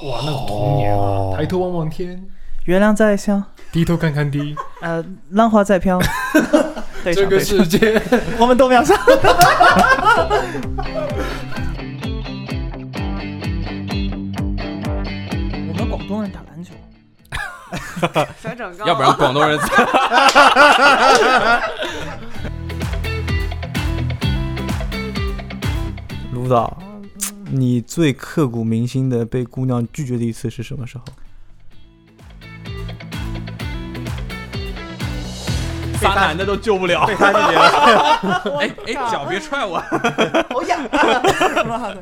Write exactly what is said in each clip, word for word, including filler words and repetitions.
哇，那个童年啊！哦、抬头望望天， 月亮在笑， 低头看看地， 呃，浪花在飘。 这个世界， 我们都渺小。我们广东人打篮球。 要不然广东人。 卢导，你最刻骨铭心的被姑娘拒绝的一次是什么时候？ 仨男的都救不了， 被他拒绝了。 哎哎，脚别踹我！ 好痒！妈的！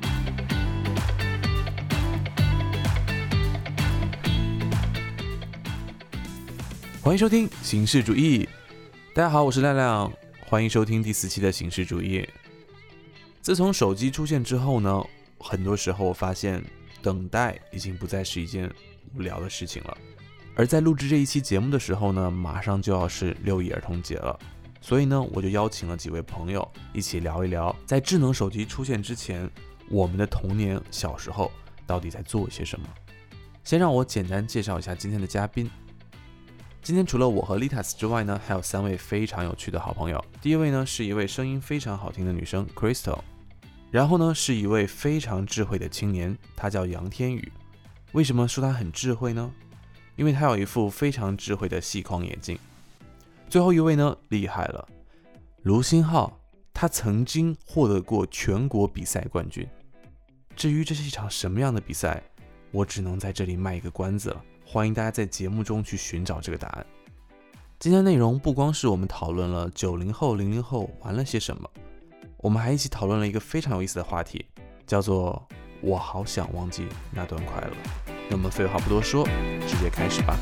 欢迎收听《形式主义》，大家好，我是亮亮，欢迎收听第四期的《形式主义》。自从手机出现之后呢，很多时候我发现等待已经不再是一件无聊的事情了。而在录制这一期节目的时候呢，马上就要是六一儿童节了，所以呢，我就邀请了几位朋友一起聊一聊，在智能手机出现之前，我们的童年小时候到底在做些什么。先让我简单介绍一下今天的嘉宾。今天除了我和 Litas 之外呢，还有三位非常有趣的好朋友。第一位呢是一位声音非常好听的女生 Crystal， 然后呢是一位非常智慧的青年，她叫杨天宇。为什么说她很智慧呢？因为她有一副非常智慧的细框眼镜。最后一位呢厉害了，卢星浩，他曾经获得过全国比赛冠军。至于这是一场什么样的比赛，我只能在这里卖一个关子了。欢迎大家在节目中去寻找这个答案。今天内容不光是我们讨论了九零后、零零后玩了些什么，我们还一起讨论了一个非常有意思的话题，叫做我好想忘记那段快乐。那么废话不多说，直接开始吧。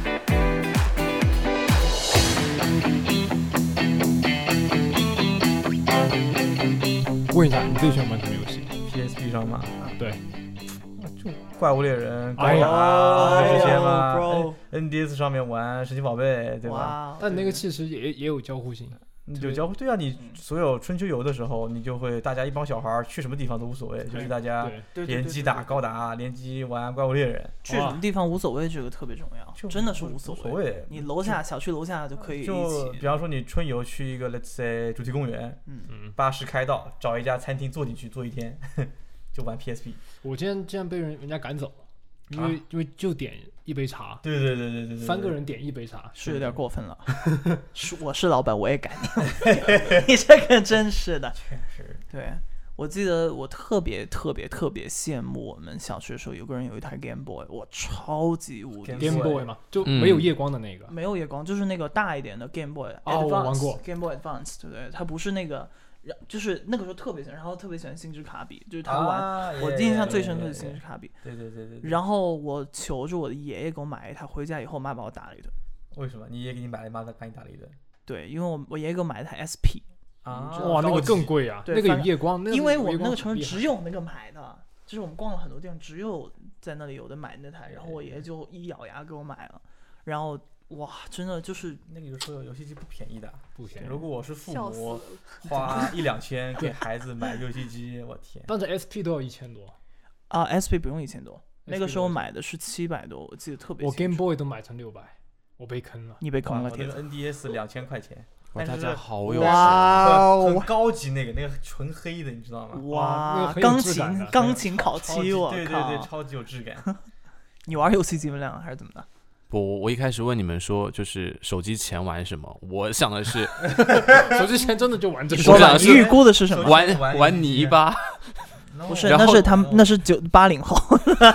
问一下，你最喜欢玩什么游戏 ？P S P 上吗？ 对。 就怪物猎人、高达、啊、这些嘛、oh, N D S 上面玩神奇宝贝，对吧？ Wow, 但那个其实也也有交互性， 有交互。对啊，你所有春秋游的时候，你就会大家一帮小孩去什么地方都无所谓，就是大家联机打高达，联机玩怪物猎人， 去什么地方无所谓，这个特别重要，真的是无所谓。 无所谓， 你楼下小区楼下就可以一起。 就比方说你春游去一个 let's say 主题公园，嗯，巴士开到，找一家餐厅坐进去坐一天。就玩 P S P， 我今天竟然被人人家赶走，因为、啊、因为就点一杯茶， 对对对对 对, 对， 三个人点一杯茶是有点过分了。是我是老板我也赶你，你这个真是的， 确实。 对，我记得我特别特别特别羡慕我们小学的时候有个人有一台 Game Boy， 我超级无敌 Game Boy 嘛，就没有夜光的那个， 嗯、没有夜光，就是那个大一点的 Game Boy， 哦，我玩过 Game Boy Advance， 对不对？它不是那个。就是那个时候特别喜欢，然后特别喜欢星之卡比，就是他玩，啊、我印象最深刻的是星之卡比。 对对对对。 然后我求着我的爷爷给我买一台，回家以后我妈把我打了一顿。 为什么？你爷爷给你买了，妈把你打了一顿？ 对，因为我我爷爷给我买了台 S P。 啊， 哇，那个更贵啊！那个有夜光，那个因为我们那个城市只有那个买的，就是我们逛了很多地方，只有在那里有的买那台，然后我爷爷就一咬牙给我买了，然后。哇，真的就是那个时候游戏机不便宜的， 不便宜。 如果我是父母，花一两千给孩子买游戏机，我天！ 当时 S P 都要一千多啊 ，S P 不用一千多，那个时候买的是七百多，我记得特别清楚。 我 Game Boy 都买成六百，我被坑了。 你被坑了， 我那个 N D S 两千块钱，但是大家好有哇，很高级那个，那个纯黑的，你知道吗？ 哇，钢琴钢琴烤漆，我靠， 对对对，超级有质感。 你玩游戏机量还是怎么的？ 不，我一开始问你们说，就是手机前玩什么？我想的是， 手机前真的就玩这个。 我想的是预估的是什么？ 玩玩泥巴。 不是，那是他们，那是九八零后。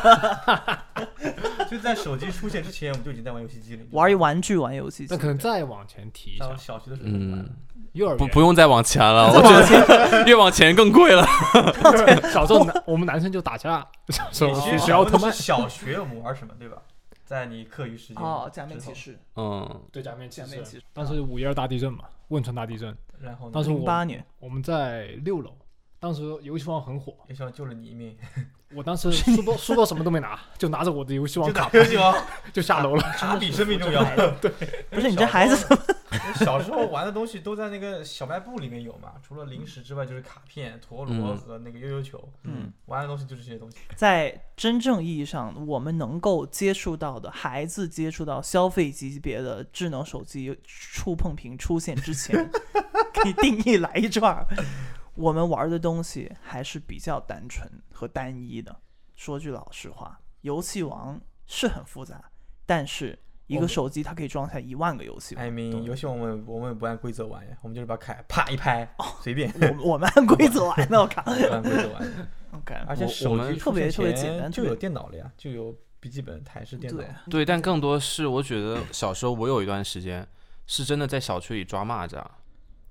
就在手机出现之前，我们就已经在玩游戏机了。 玩一玩具，玩游戏机。 那可能再往前提一下。 小学的时候， 嗯， 幼儿园不不用再往前了，我觉得越往前更贵了。 小时候我们男生就打架，小时候学奥特曼。 小学我们玩什么，对吧？在你课余时间哦，假面骑士， 嗯， 对，假面骑士。当时五一二大地震嘛，汶川大地震， 然后当时零八年我们在六楼， 当时游戏王很火， 游戏王救了你一命。 我当时书包书包什么都没拿，就拿着我的游戏王卡， 游戏王就下楼了。 卡比生命重要。 对， 不是你这孩子。 小时候玩的东西都在那个小卖部里面有嘛，除了零食之外就是卡片、陀螺和那个悠悠球。 嗯， 玩的东西就是这些东西。 在真正意义上，我们能够接触到的孩子接触到消费级别的智能手机触碰屏出现之前，给定义来一段。我们玩的东西还是比较单纯和单一的。说句老实话，游戏王是很复杂，但是一个手机它可以装下一万个游戏王。 I mean， 游戏王我们我们不按规则玩呀，我们就是把卡啪一拍，哦、随便。 我我们按规则玩的，我靠。 按规则玩。 OK， 而且手机特别特别简单， 就有电脑了呀，就有笔记本、台式电脑。 对, 对，但更多是我觉得小时候我有一段时间是真的在小区里抓蚂蚱。 啊、uh, ，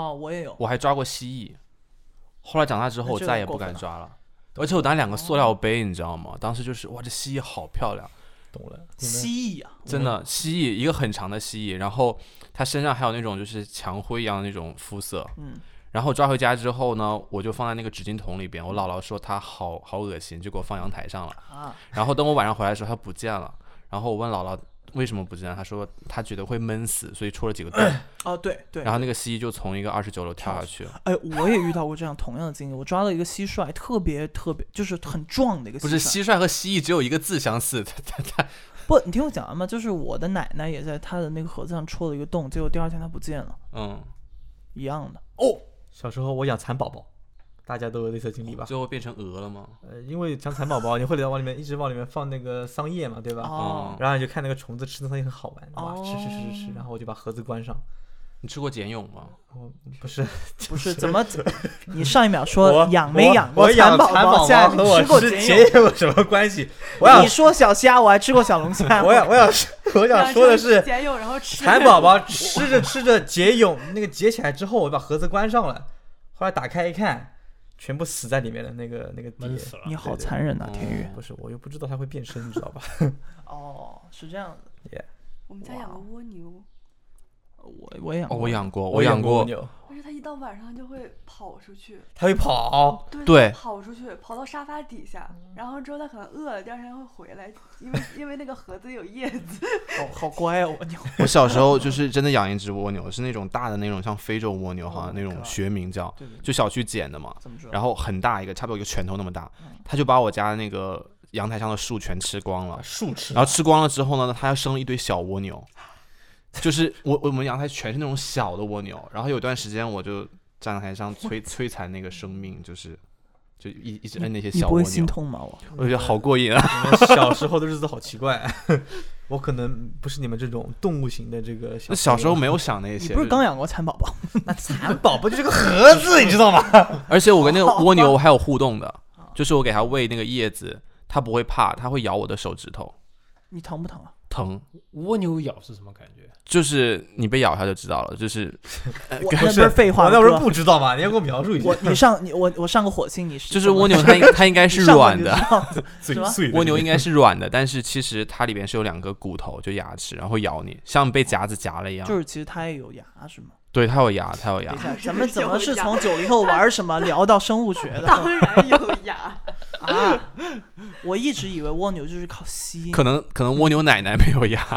我也有。 我还抓过蜥蜴。后来长大之后我再也不敢抓了，而且我拿两个塑料杯，你知道吗？当时就是哇，这蜥蜴好漂亮， 懂了。 蜥蜴啊， 真的蜥蜴，一个很长的蜥蜴，然后它身上还有那种就是墙灰一样的那种肤色。 嗯。 然后抓回家之后呢，我就放在那个纸巾桶里边。我姥姥说它好好恶心，就给我放阳台上了。 啊。 然后等我晚上回来的时候，它不见了。然后我问姥姥为什么不见了，他说他觉得会闷死，所以戳了几个洞。 哦，对对。 然后那个蜥蜴就从一个二十九楼跳下去了。 哎，我也遇到过这样同样的经历。我抓了一个蟋蟀，特别特别，就是很壮的一个蟋蟀。 不是蟋蟀和蜥蜴只有一个字相似，它它它。 不，你听我讲完嘛。就是我的奶奶也在她的那个盒子上戳了一个洞，结果第二天它不见了。 嗯， 一样的。 哦，小时候我养蚕宝宝。大家都有类似经历吧？ 最后变成鹅了吗？ 呃，因为像蚕宝宝，你会往里面一直往里面放那个桑叶嘛，对吧？ 哦。 然后你就看那个虫子吃的桑叶很好玩，哇， 哦、 吃吃吃吃吃，然后我就把盒子关上。 你吃过茧蛹吗？ 我不是， 不是，怎么？你上一秒说养没养过蚕宝宝，现在和我吃茧蛹有什么关系？我你说小虾，我还吃过小龙虾。 我想，我想，我想说的是， 茧蛹然后吃蚕宝宝吃着吃着结蛹，那个结起来之后，我把盒子关上了，后来打开一看。全部死在里面的那个那个闷死了。 你好残忍啊，天宇！ 不是，我又不知道它会变身，你知道吧？ 哦，是这样子。 Yeah. 我们家养个蜗牛。 我我也养过、 哦，我养过， 我养过。 但是它一到晚上就会跑出去。 它会跑？ 对。 对跑出去，跑到沙发底下，然后之后它可能饿了，第二天会回来，因为因为那个盒子有叶子。 好好乖啊，蜗牛。 我小时候就是真的养一只蜗牛，是那种大的那种，像非洲蜗牛哈， oh、那种学名叫， 对对对， 就小区捡的嘛。然后很大一个，差不多一个拳头那么大，它就把我家的那个阳台上的树全吃光了。 树吃。 然后吃光了之后呢，它又生了一堆小蜗牛。就是我我们阳台全是那种小的蜗牛，然后有段时间我就站在台上摧摧残那个生命，就是就一一直摁那些小蜗牛。 你不会心痛吗？我我觉得好过瘾啊！ 你们小时候的日子好奇怪，我可能不是你们这种动物型的这个小。 那小时候没有想那些。 你不是刚养过蚕宝宝？ 那蚕宝宝就是个盒子，你知道吗？ 而且我跟那个蜗牛还有互动的，就是我给它喂那个叶子，它不会怕，它会咬我的手指头。 你疼不疼啊？ 疼。 蜗牛咬是什么感觉？ 就是你被咬下就知道了，就是我那不是废话， 我那不是不知道吗？你要给我描述一下。 我你上你我我上个火星，你是就是蜗牛它它应该是软的，蜗牛应该是软的，但是其实它里边是有两个骨头，就牙齿，然后咬你，像被夹子夹了一样。 就是其实它也有牙是吗？ 对，它有牙，它有牙。 咱们怎么是从九零后玩什么聊到生物学的？ 当然有牙啊！我一直以为蜗牛就是靠吸， 可能可能蜗牛奶奶没有牙。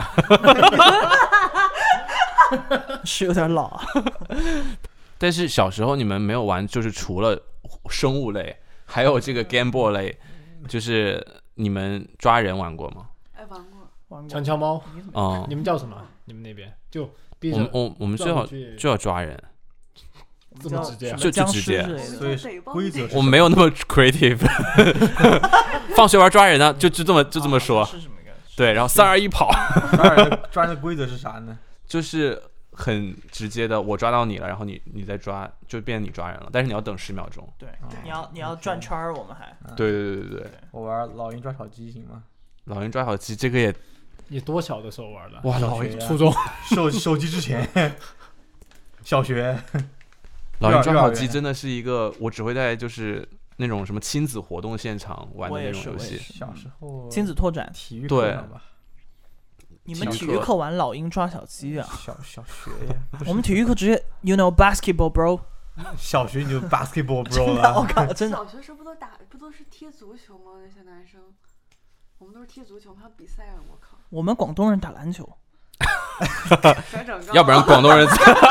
是有点老啊。 但是小时候你们没有玩，就是除了生物类，还有这个 Game Boy 类，就是你们抓人玩过吗？ 哎，玩过， 玩过。 枪枪猫， 嗯， 你们叫什么？你们那边就我们我我们最好就要抓人， 这么直接， 就就直接。 所以规则我们没有那么 creative。放学玩抓人呢，就就这么就这么说。对，然后三二一跑。 抓人的抓人的规则是啥呢？ 就是很直接的，我抓到你了，然后你你再抓，就变成你抓人了，但是你要等十秒钟。 对，你要你要转圈儿，我们还。 对对对对对。 我玩老鹰抓小鸡行吗？ 老鹰抓小鸡这个也。 你多小的时候玩的？ 哇，老鹰初中手手机之前，小学。 老鹰抓小鸡真的是一个，我只会在就是那种什么亲子活动现场玩的那种游戏。 小时候亲子拓展体育对吧。 你们体育课玩老鹰抓小鸡啊？ 小小学呀。 我们体育课直接 ，you know basketball bro。 小学你就 basketball bro 了。 我靠，真的。 小学时候不都打不都是踢足球吗？那些男生，我们都是踢足球，还有比赛了，我靠。 我们广东人打篮球。 要不然广东人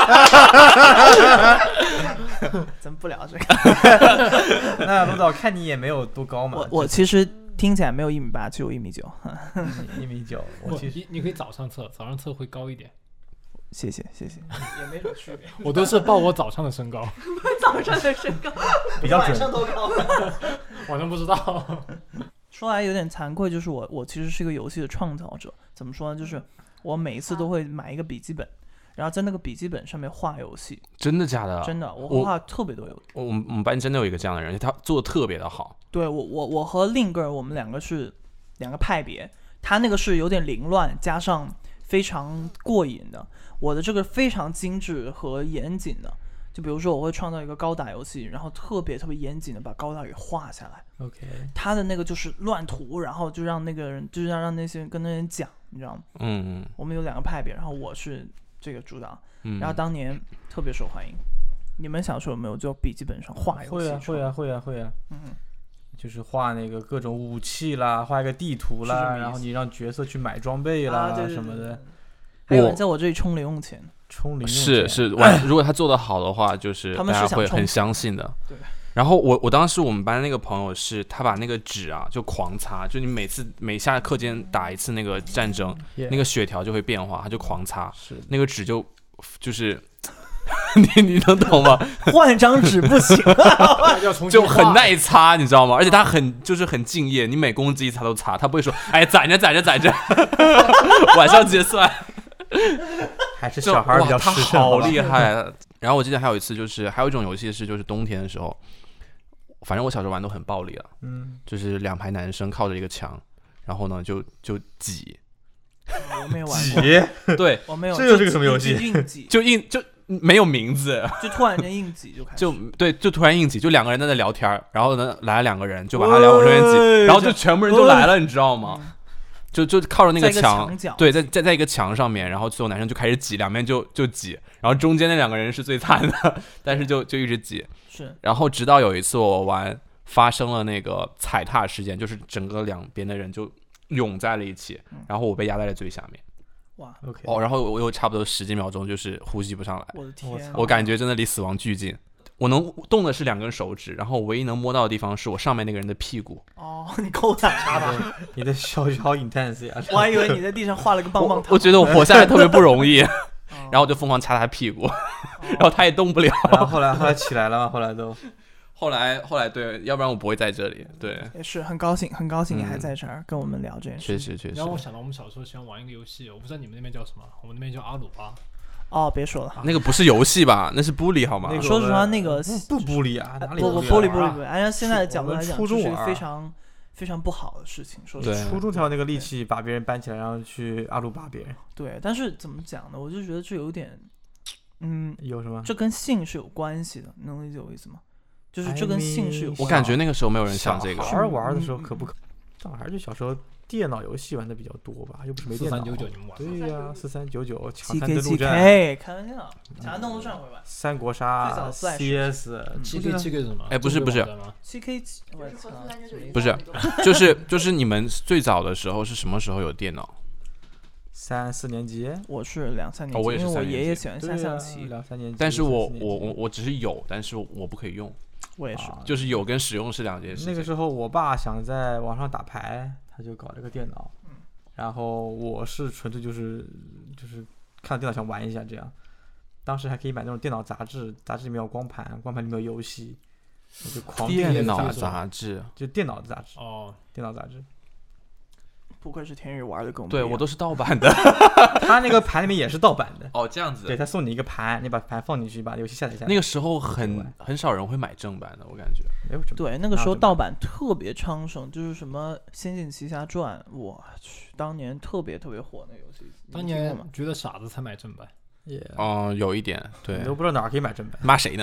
咱不聊这个。 那陆导看你也没有多高嘛。 我我其实听起来没有一米八，只有一米九。 一米九，我其实你你可以早上测，早上测会高一点。 谢谢谢谢，也没什么区别。 我都是报我早上的身高。 早上的身高比较准。 晚上都高。 晚上不知道。 说来有点惭愧，就是我我其实是一个游戏的创造者。怎么说呢？就是我每一次都会买一个笔记本，然后在那个笔记本上面画游戏。 真的假的？ 真的，我画特别多游戏。 我我们我们班真的有一个这样的人，他做的特别的好。 对我我我和另一个人，我们两个是两个派别。他那个是有点凌乱，加上非常过瘾的。我的这个非常精致和严谨的。就比如说，我会创造一个高达游戏，然后特别特别严谨的把高达给画下来。 OK， 他的那个就是乱涂，然后就让那个人，就是要让那些人跟那人讲，你知道吗？ 嗯嗯。 我们有两个派别，然后我是这个主导， 嗯、 然后当年特别受欢迎。你们小时候有没有就笔记本上画游戏？ 会啊会啊会啊会啊。 嗯， 就是画那个各种武器啦，画一个地图啦，然后你让角色去买装备啦、 啊、对对对什么的。 还有人在我这里充零用钱。 充零用钱是是，如果他做得好的话，就是大家会很相信的。 对。 然后我我当时我们班那个朋友是，他把那个纸啊就狂擦，就你每次每下课间打一次那个战争， yeah. 那个血条就会变化，他就狂擦， 是那个纸就就是你你能懂吗？ 换张纸不行、啊， 就很耐擦，你知道吗？而且他很就是很敬业，你每公斤一擦都擦，他不会说哎攒着攒着攒着，晚上结算。 还是小孩比较他好厉害。然后我记得还有一次，就是还有一种游戏是，就是冬天的时候，反正我小时候玩都很暴力了， 嗯， 就是两排男生靠着一个墙，然后呢就就挤。 我没有玩过。挤？ 对， 我没有。 这又是个什么游戏？ 硬挤， 就硬就没有名字， 就突然间硬挤就开始。 就对，就突然硬挤，就两个人在那聊天，然后呢来了两个人，就把他俩往这边挤，然后就全部人都来了，你知道吗？嗯就就靠着那个墙，对，在在在一个墙上面，然后所有男生就开始挤，两边就就挤，然后中间那两个人是最惨的，但是就就一直挤。 是。 然后直到有一次我玩发生了那个踩踏事件，就是整个两边的人就涌在了一起，然后我被压在了最下面。 哇 ，OK。 哦，然后我有差不多十几秒钟就是呼吸不上来。 我的天！ 我感觉真的离死亡巨近。我能动的是两根手指，然后我唯一能摸到的地方是我上面那个人的屁股。 哦，你够胆查的， 你的消消 intense 呀！ 我还以为你在地上画了个棒棒糖。 我, 我觉得我活下来特别不容易，然后我就疯狂掐他屁股，然后他也动不了。 然后后来后来起来了嘛，后来都， 后来后来对，要不然我不会在这里。对， 也是很高兴，很高兴你还在这儿、嗯、跟我们聊这件事。 确实确实。 让我想到我们小时候喜欢玩一个游戏，我不知道你们那边叫什么，我们那边叫阿鲁巴。 哦，别说了， 那个不是游戏吧？那是bully理好吗？ 那个、 说实话，那个不不bully啊，哪里不不bully bully bully，按照现在的角度来讲， 初中是非常非常不好的事情。说实话， 初中才有那个力气把别人搬起来，然后去阿鲁巴别人。 对，但是怎么讲呢？我就觉得这有点，嗯， 有什么？ 这跟性是有关系的，能理解我意思吗？就是这跟性是有关系。 我感觉那个时候没有人想这个。 小孩玩的时候可不可？小孩就小时候。电脑游戏玩的比较多吧，又不是没电脑。 四三九九你们玩？ 对呀、啊，四三九九抢滩登陆战。 开玩笑，抢滩登陆战会玩。 三国杀、C S。 七 K 七 K 是什么？ 哎，不是不是。 七 K 不是，就是就是你们最早的时候是什么时候有电脑？ 三四年级。 我是两三年级， 哦、我也是因为我爷爷喜欢下象棋。 两三年级。 但是我我我我只是有，但是我不可以用。 我也是， 就是有跟使用是两件事情。 那个时候，我爸想在网上打牌。他就搞了个电脑，然后我是纯粹就是就是看到电脑想玩一下这样，当时还可以买那种电脑杂志，杂志里面有光盘，光盘里面有游戏，我就狂订电脑杂志， 就电脑的杂志哦， 电脑杂志。 不愧是天宇玩的跟我们对我都是盗版的， 他那个盘里面也是盗版的。 哦，这样子。 对，他送你一个盘，你把盘放进去，把游戏下载下来。 那个时候很很少人会买正版的，我感觉。 没有正版。 对，那个时候盗版特别昌盛，就是什么《仙剑奇侠传》，我去，当年特别特别火那个游戏。 当年觉得傻子才买正版。 哦、yeah. 嗯，有一点，对。 你都不知道哪儿可以买正版。 骂谁呢？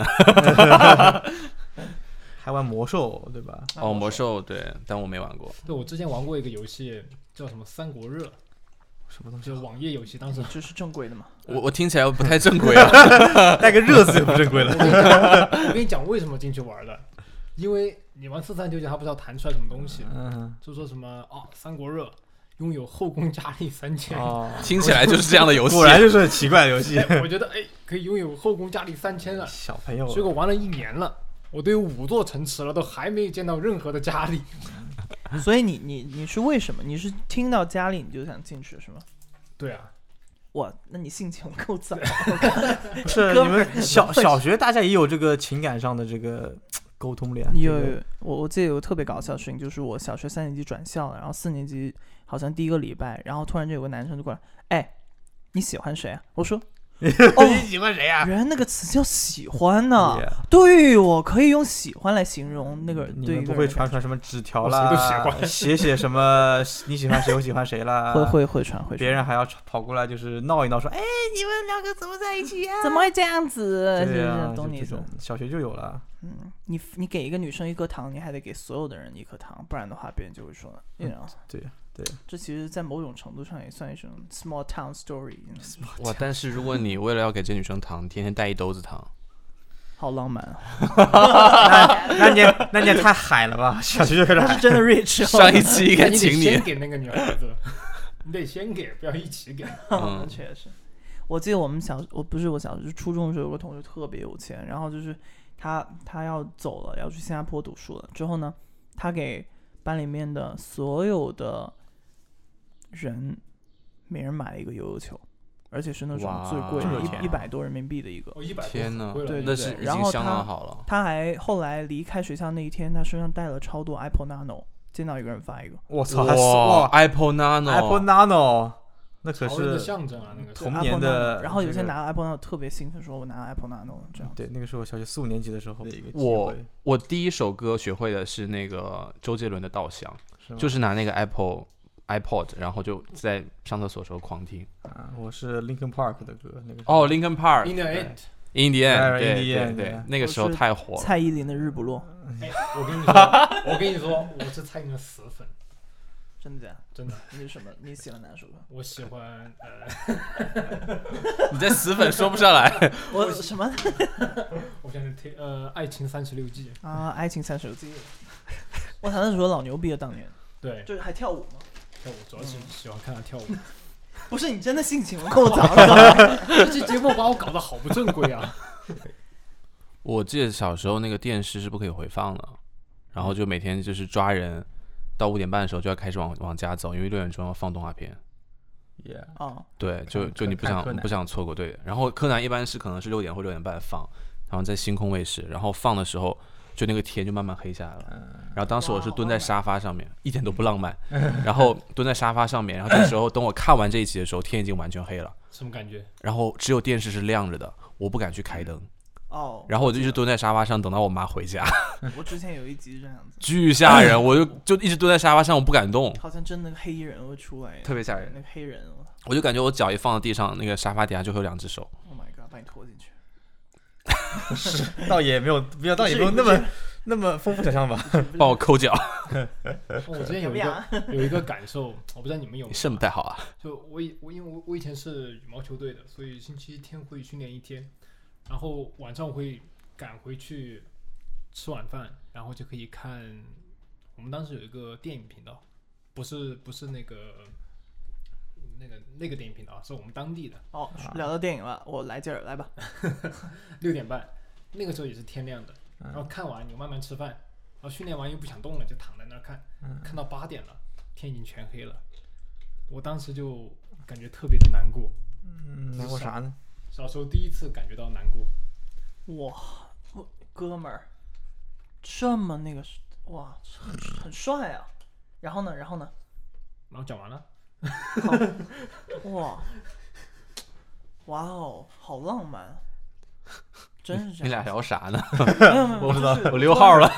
还玩魔兽对吧？ 哦，魔兽对，但我没玩过。 对，我之前玩过一个游戏叫什么《三国热》， 什么东西就是网页游戏，当时这是正规的嘛？ 我我听起来不太正规啊。 带个热字就不正规了。 我跟你讲，我跟你讲为什么进去玩的，因为你玩四三九九，他不知道弹出来什么东西， 嗯， 就说什么哦，三国热拥有后宫佳丽三千， 哦， 听起来就是这样的游戏。 果然就是很奇怪的游戏。 哎我觉得哎可以拥有后宫佳丽三千了， 小朋友， 结果玩了一年了，我都有五座城池了，都还没有见到任何的佳丽。 所以你你你是为什么？你是听到家里你就想进去是吗？ 对啊， 哇，那你性情够早。 不是你们小小学大家也有这个情感上的这个沟通的呀？ 有这个有，我我记得有个特别搞笑的事情，就是我小学三年级转校了，然后四年级好像第一个礼拜，然后突然就有个男生就过来，哎，你喜欢谁啊？我说，哦， 你喜欢谁呀？ 原来那个词叫喜欢呢、 Yeah 对，我可以用喜欢来形容那个你对一们不会传个人的感觉传什么纸条我谁啦， 都喜欢写写什么你喜欢谁我喜欢谁啦， 会会会传会传， 别人还要跑过来就是闹一闹说，哎，你们两个怎么在一起呀？ 怎么会这样子？是对呀， 不是懂你意思就这种？小学就有了。 嗯，你你给一个女生一颗糖，你还得给所有的人一颗糖，不然的话，别人就会说，you know， 对呀对呀， 这其实，在某种程度上也算一种 small town story，you know， 哇！但是如果你为了要给这女生糖，天天带一兜子糖， 好浪漫啊！ 那那你也那你也太海了吧？小学就开始海他是真的 rich， 上一期应该你得请先给那个女孩子，你得先给，不要一起给。 嗯确实。我记得我们小，我不是我小，就是初中的时候有个同学特别有钱，然后就是他他要走了，要去新加坡读书了。之后呢，他给班里面的所有的人，每人买了一个悠悠球，而且是那种哇最贵的， 这么有钱一一百多人民币的一个。 哦，一百天哪哪， 对那是已然后经相当他好了。 他还后来离开学校那一天，他身上带了超多 Apple Nano， 见到一个人发一个。 我操，还是哇哇 ，Apple Nano， ，Apple Nano，那可潮人的是象征啊，那个是童 Apple 年的 Nano，然后有些这个拿了 Apple Nano 特别兴奋，说我拿了 Apple Nano 这样。 对，那个是我小学四五年级的时候的一个机我会， 我第一首歌学会的是那个周杰伦的《稻香》， 是吗就是拿那个 Apple iPod，然后就在上厕所的时候狂听。 啊，我是 Linkin Park 的歌，那个哦，Linkin Park， In the End。 In the End， Yeah， 对 In the 对 End， 对对， 那个时候太火了。 蔡依林的《日不落》， 哎，我跟你说，我跟你说，我是蔡依林的死粉， 真的假的？ 真的。 你是什么？你喜欢哪首歌？ 我喜欢呃， 你这死粉说不上来。 我什么我想是听呃《爱情三十六计》。 啊？爱情三十六计。我操，那时候老牛逼了，当年对， 就是还跳舞吗？ 跳舞主要是喜欢看他跳舞。 不是你真的性情够早了。 这期节目把我搞得好不正规啊！ 我记得小时候那个电视是不可以回放的，然后就每天就是抓人，到五点半的时候就要开始往往家走，因为六点钟要放动画片。 ，Yeah， 啊， 对，就看就你不看柯南想不想错过，对。然后柯南一般是可能是六点或六点半放，然后在星空卫视，然后放的时候就那个天就慢慢黑下来了。然后当时我是蹲在沙发上面，一点都不浪漫，然后蹲在沙发上面，然后这时候等我看完这一集的时候，天已经完全黑了， 什么感觉？ 然后只有电视是亮着的，我不敢去开灯， 哦， 然后我就一直蹲在沙发上等到我妈回家， 我之前有一集这样子， 巨吓人，我就就一直蹲在沙发上，我不敢动， 好像真的黑衣人会出来， 特别吓人那个黑人我就感觉我脚一放到地上，那个沙发底下就会有两只手。 ，Oh my god，把你拖进去。 倒也没有，不要倒也不用那么那么丰富想象吧。 帮我抠脚， 我之前有一个有一个感受，我不知道你们有没有。 你肾不太好啊。 就我以我因为我我以前是羽毛球队的，所以星期天会训练一天，然后晚上我会赶回去吃晚饭，然后就可以看。我们当时有一个电影频道，不是不是那个那个那个电影频道，是我们当地的。 哦，聊到电影了，我来劲儿，来吧。 六点半，那个时候也是天亮的，然后看完你就慢慢吃饭，然后训练完又不想动了，就躺在那儿看，看到八点了，天已经全黑了，我当时就感觉特别的难过。 嗯，难过啥呢？ 小时候第一次感觉到难过。 哇，我哥们儿，这么那个，哇，很很帅啊。然后呢，然后呢？ 然后讲完了。 哇，哇哦，好浪漫，真是这样。 你俩聊啥呢？ 没有没有， 我不知道就是我溜号了。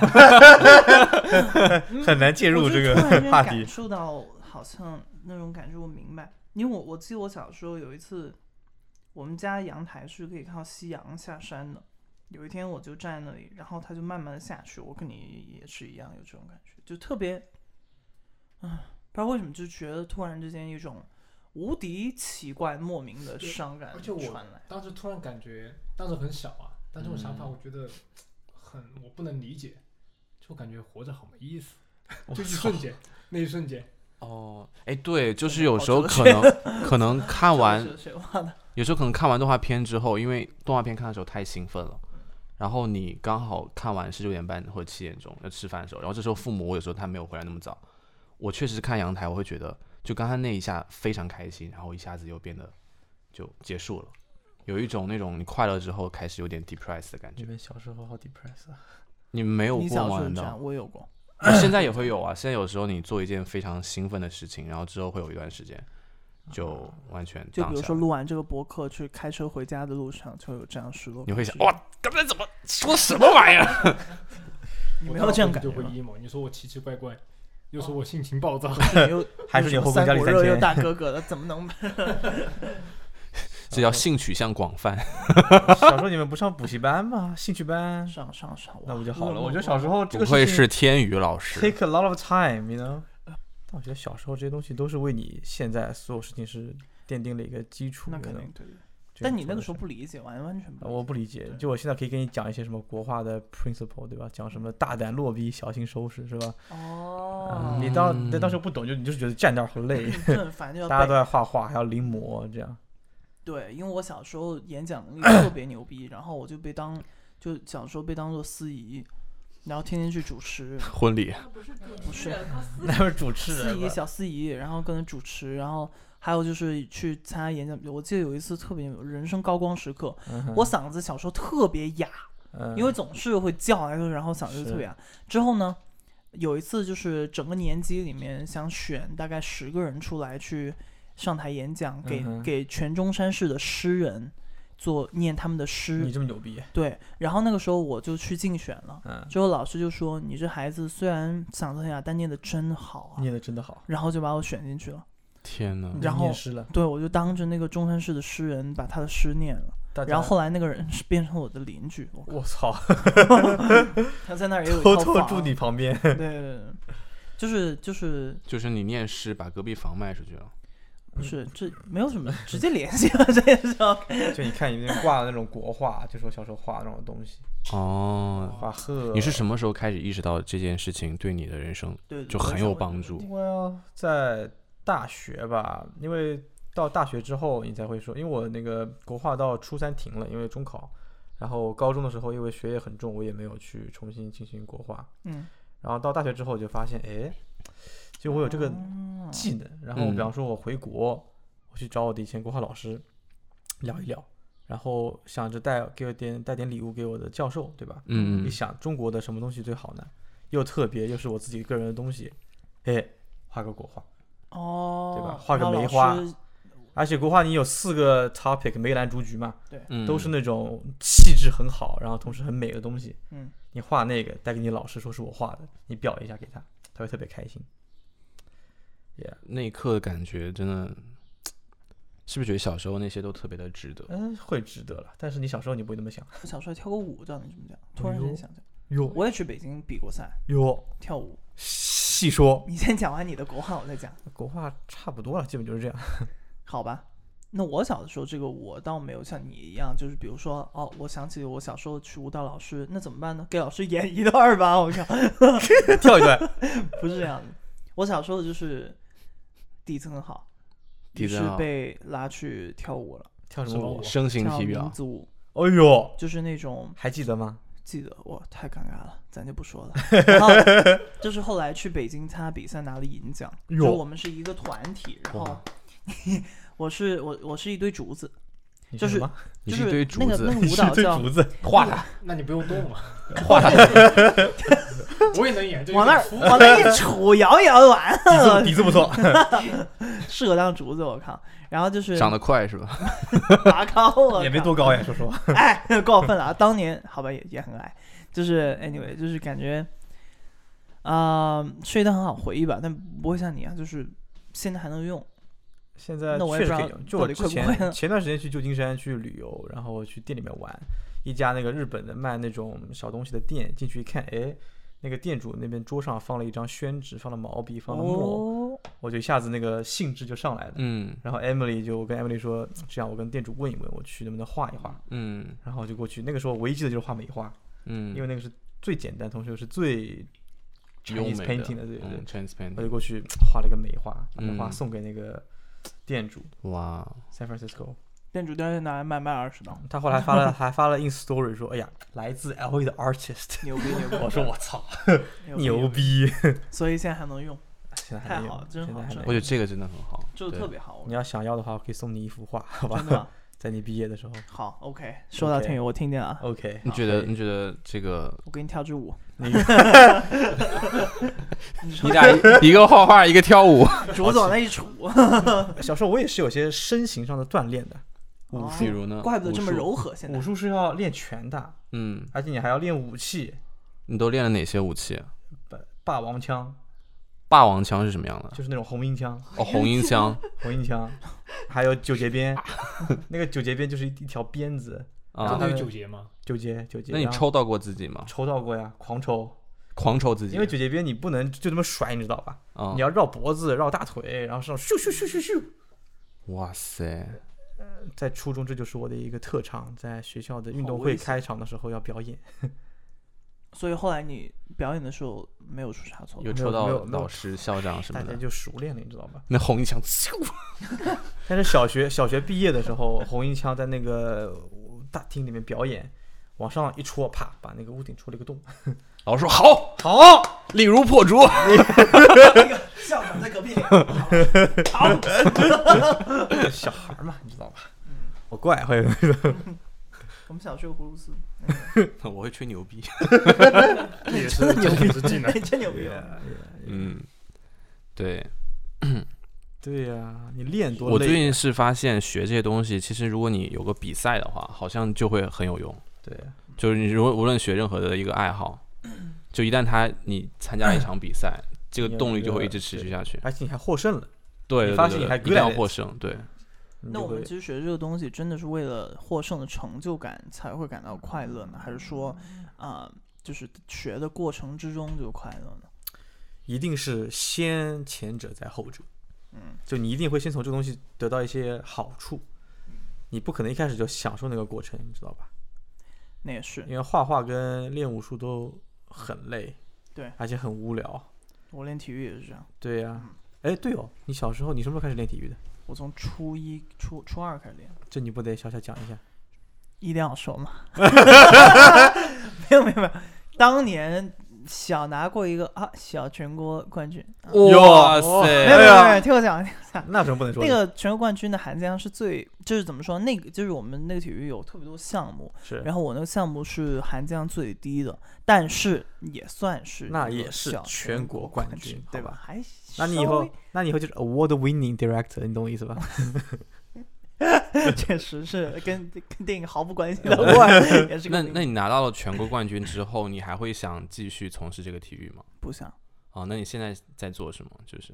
很难介入这个我就突然间话题。 感受到好像那种感觉，我明白。因为我我记得我小时候有一次，我们家阳台是可以看到夕阳下山的。有一天我就站在那里，然后它就慢慢的下去。我跟你也是一样，有这种感觉，就特别，啊，不知道为什么就觉得突然之间一种无敌奇怪莫名的伤感而且我传来。 当时突然感觉，当时很小啊，但这种想法我觉得很我不能理解，就感觉活着好没意思，就一瞬间，那一瞬间。 哦，哎，对，就是有时候可能可能看完，有时候可能看完动画片之后，因为动画片看的时候太兴奋了，然后你刚好看完是六点半或者七点钟要吃饭的时候，然后这时候父母有时候他没有回来那么早，我确实看阳台，我会觉得就刚才那一下非常开心，然后一下子又变得就结束了，有一种那种你快乐之后开始有点 depressed 的感觉。 你们小时候好 depressed 啊？ 你们没有你过吗？ 小时候这样， 难道？ 我有过。 我现在也会有啊，现在有时候你做一件非常兴奋的事情，然后之后会有一段时间就完全就比如说荡下来录完这个播客去开车回家的路上，就有这样失落。 你会想，哇，刚才怎么说什么玩意儿？ 你没有这样感觉吗？ 就会 emo，你说我奇奇怪怪，又说我性情暴躁， 你又还是你后宫三佳丽三国热又千？ 大哥哥的，怎么能？ 这叫性取向广泛。 小时候你们不上补习班吗？兴趣班？ 上上上， 那不就好了？我觉得小时候这不愧个事情是天宇老师。 take a lot of time，you know。但我觉得小时候这些东西都是为你现在所有事情是奠定了一个基础。 那肯 you know， 定对对。 这样但你那个时候做的事不理解，完完全不理解。 我不理解，就我现在可以跟你讲一些什么国画的 principle， 对吧？讲什么大胆落笔，小心收拾，是吧？ 哦嗯，你当你当时不懂，就你就是觉得站那儿很累， 就很烦，就要背大家都在画画，还要临摹，这样。 对，因为我小时候演讲能力特别牛逼，然后我就被当就小时候被当做司仪，然后天天去主持婚礼。 不是主不是持人，靠司那是主持司仪人吧？ 小司仪，然后跟着主持，然后还有就是去参加演讲。我记得有一次特别有人生高光时刻， 嗯哼我嗓子小时候特别哑， 嗯因为总是会叫，然后嗓子就特别哑。之后呢，有一次就是整个年级里面想选大概十个人出来去上台演讲，给、 嗯哼给全中山市的诗人做念他们的诗。 你这么牛逼， 对，然后那个时候我就去竞选了， 嗯， 之后老师就说你这孩子虽然嗓子很哑，但念得真好啊， 念的真的好， 然后就把我选进去了。 天哪！ 然后念诗了， 对，我就当着那个中山市的诗人把他的诗念了， 大家然后后来那个人是变成我的邻居，我我操， 他在那儿也有一偷套房偷住你旁边， 对对对，就是就是就是你念诗把隔壁房卖出去了。 不是这没有什么直接联系了，这也是 OK。 就你看你那挂的那种国画，就说小时候画那种东西， 哦， 画鹤。 你是什么时候开始意识到这件事情对你的人生对， 就很有帮助？ 我要在大学吧，因为到大学之后你才会说，因为我那个国画到初三停了，因为中考，然后高中的时候因为学业很重，我也没有去重新进行国画， 嗯， 然后到大学之后我就发现，哎，就我有这个哦技能，然后比方说我回国，我去找我的以前国画老师聊一聊，然后想着带给我点带点礼物给我的教授，对吧？ 嗯一想中国的什么东西最好呢？又特别又是我自己个人的东西，哎，画个国画。 哦， 对吧画个然后梅花老师而且国画你有四个 topic， 梅兰竹菊嘛， 嗯， 都是那种气质很好，然后同时很美的东西。 嗯， 你画那个带给你老师说是我画的，你表一下给他，他会特别开心。Yeah， 那一刻的感觉真的，是不是觉得小时候那些都特别的值得？ 嗯，会值得了。但是你小时候你不会那么想。 我小时候跳过舞，照你这么讲，突然间想起来， 哟我也去北京比过赛哟， 跳舞。 细说， 你先讲完你的国画，我再讲， 国画差不多了，基本就是这样。 好吧？那我小的时候，这个我倒没有像你一样，就是比如说，哦，我想起我小时候去舞蹈老师，那怎么办呢？给老师演一段吧，我靠， 跳一段， 不是这样的。我小时候就是底子很好，于是底子很好被拉去跳舞了， 跳什么舞？ 声形跳民体表， 族舞， 哎呦， 就是那种还记得吗？ 记得哇，太尴尬了，咱就不说了。然后就是后来去北京参加比赛拿了银奖， 哟就我们是一个团体，然后哇我是我我是一堆竹子，就是你什么？ 就是你一堆竹子那个那个舞蹈叫一堆竹子，画它， 那你不用动嘛， 画它， 我也能演，就往那儿服往那一杵，摇一摇完底子了， 底子不错。 适合当竹子，我靠。然后就是长得快是吧？ 拔高，我也没靠多高呀，说实话。 哎，过分了啊！当年好吧，也也很矮，就是 anyway，就是感觉，啊、呃，是一段很好回忆吧，但不会像你啊，就是现在还能用。 现在那我也不知道确实可以用。就到底我之会不会呢前前段时间去旧金山去旅游，然后去店里面玩，一家那个日本的卖那种小东西的店，进去一看，哎，那个店主那边桌上放了一张宣纸，放了毛笔，放了墨， 哦， 我就一下子那个兴致就上来了。 嗯然后 Emily 就我跟 Emily 说，这样我跟店主问一问，我去能不能画一画。 嗯然后就过去，那个时候唯一记得就是画美画， 嗯， 因为那个是最简单，同时又是最优 Chinese 美 painting 的， 的，对对嗯，Chinese 我 painting， 就过去画了一个美画，把美画嗯送给那个店主哇， San Francisco。 店主第二天拿来卖卖二十刀， 他后来发了还发了 in story 说，哎呀，来自 L A 的 artist。 牛逼牛逼！ 我说我操， 牛牛！逼！ 所以现在还能用， 现在还没有太好了，真好真好现在还没有。 我觉得这个真的很好， 做的对特别好， 你要想要的话，我可以送你一幅画，好吧？ 真的吗在你毕业的时候。 好 OK。说到 OK 听友，我听见了， OK， 你觉得可以你觉得这个我给你跳支舞。 你你俩一一个画画，一个跳舞， 主总那一杵， 小时候我也是有些身形上的锻炼的，武哦术比如呢？ 怪不得这么武术柔和。现在武术是要练拳的， 嗯， 而且你还要练武器， 你都练了哪些武器？ 霸霸王枪霸王枪是什么样的？ 就是那种红缨枪， 哦，红缨枪红缨枪，还有九节鞭，那个九节鞭就是一一条鞭子， 啊真的有他们九节吗？ 九节九节。 那你然后抽到过自己吗？ 抽到过呀，狂抽， 狂抽自己， 因为九节鞭你不能就这么甩，你知道吧？ 啊你，要绕脖子、绕大腿，然后上咻咻咻咻咻。 哇塞， 在初中这就是我的一个特长，在学校的运动会好危险开场的时候要表演。 所以后来你表演的时候没有出差错吧， 有抽到没有没有老师、校长什么的。 大家就熟练了，你知道吧？ 那红缨枪，咻但是小学小学毕业的时候，红缨枪在那个大厅里面表演，往上一戳，啪，把那个屋顶戳了一个洞。 老师说好， 好， 力如破竹。 校长在隔壁。 小孩嘛，你知道吧？我怪会。 我们小学有葫芦丝， 我会吹牛逼。 也是这也是技能。 真牛逼！ 嗯，对， 对呀、你练多累啊。 我最近是发现学这些东西，其实如果你有个比赛的话，好像就会很有用。 对， 就是你如无论学任何的一个爱好，就一旦他你参加了一场比赛，这个动力就会一直持续下去。 而且你还获胜了， 对，对你发现你还对对一定 good 要 at it 获胜。对， 那我们你就会其实学这个东西，真的是为了获胜的成就感才会感到快乐呢，还是说，啊、就是学的过程之中就快乐呢？ 一定是先前者再后者。 嗯， 就你一定会先从这个东西得到一些好处，你不可能一开始就享受那个过程，你知道吧？ 那也是。 因为画画跟练武术都很累， 对， 而且很无聊。 我练体育也是这样， 对呀、哎，对哦，你小时候你什么时候开始练体育的？ 我从初一、初初二开始练。 这你不得小小讲一下？ 一定要说吗？没有没有没有，当年小拿过一个啊小全国冠军。啊哇塞， 没有没有没有，听我讲，听我讲。 那有什么不能说的？ 那个全国冠军的含金是最，就是怎么说？那个就是我们那个体育有特别多项目， 是， 然后我那个项目是含金最低的，但是也算是那一个也是小全国国冠军军，对好吧？ 吧还那你以后稍微， 那你以后就是 award winning director，你懂我意思吧？ 确实是跟跟电影毫不关系的，我也是个名那那你拿到了全国冠军之后，你还会想继续从事这个体育吗？ 不想。 啊，那你现在在做什么？就是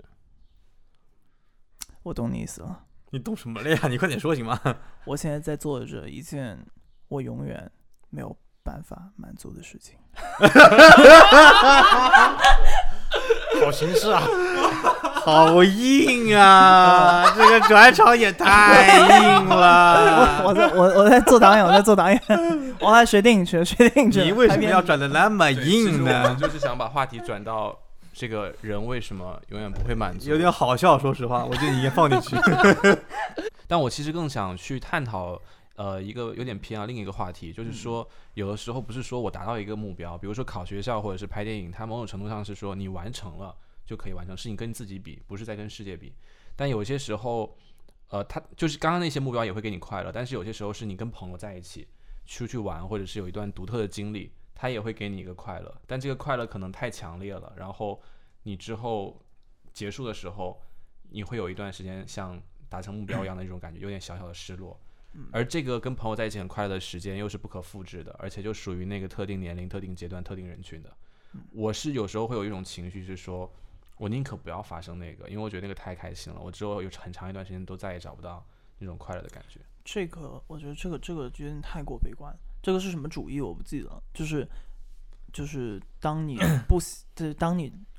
我懂你意思了。 你懂什么了呀？你快点说行吗？ 我现在在做着一件我永远没有办法满足的事情。 好形式啊！ 好硬啊！这个转场也太硬了。 我在我我在做导演，我在做导演，我在学电影学学电影学。 你为什么拍片要转的那么对其实我硬呢们？就是想把话题转到这个人为什么永远不会满足。 有点好笑，说实话，我觉得你应该放进去。 但我其实更想去探讨，呃，一个有点偏啊另一个话题，就是说，有的时候不是说我达到一个目标，比如说考学校或者是拍电影，它某种程度上是说你完成了就可以完成，是你跟自己比，不是在跟世界比。但有些时候，呃，它就是刚刚那些目标也会给你快乐，但是有些时候是你跟朋友在一起出去玩，或者是有一段独特的经历，它也会给你一个快乐，但这个快乐可能太强烈了，然后你之后结束的时候，你会有一段时间像达成目标一样的那种感觉，有点小小的失落。而这个跟朋友在一起很快乐的时间又是不可复制的，而且就属于那个特定年龄、特定阶段、特定人群的。我是有时候会有一种情绪是说，我宁可不要发生那个，因为我觉得那个太开心了，我之后有很长一段时间都再也找不到那种快乐的感觉。 这个我觉得这个这个有点太过悲观了。这个是什么主义我不记得了，就是就是当你不喜，就是当你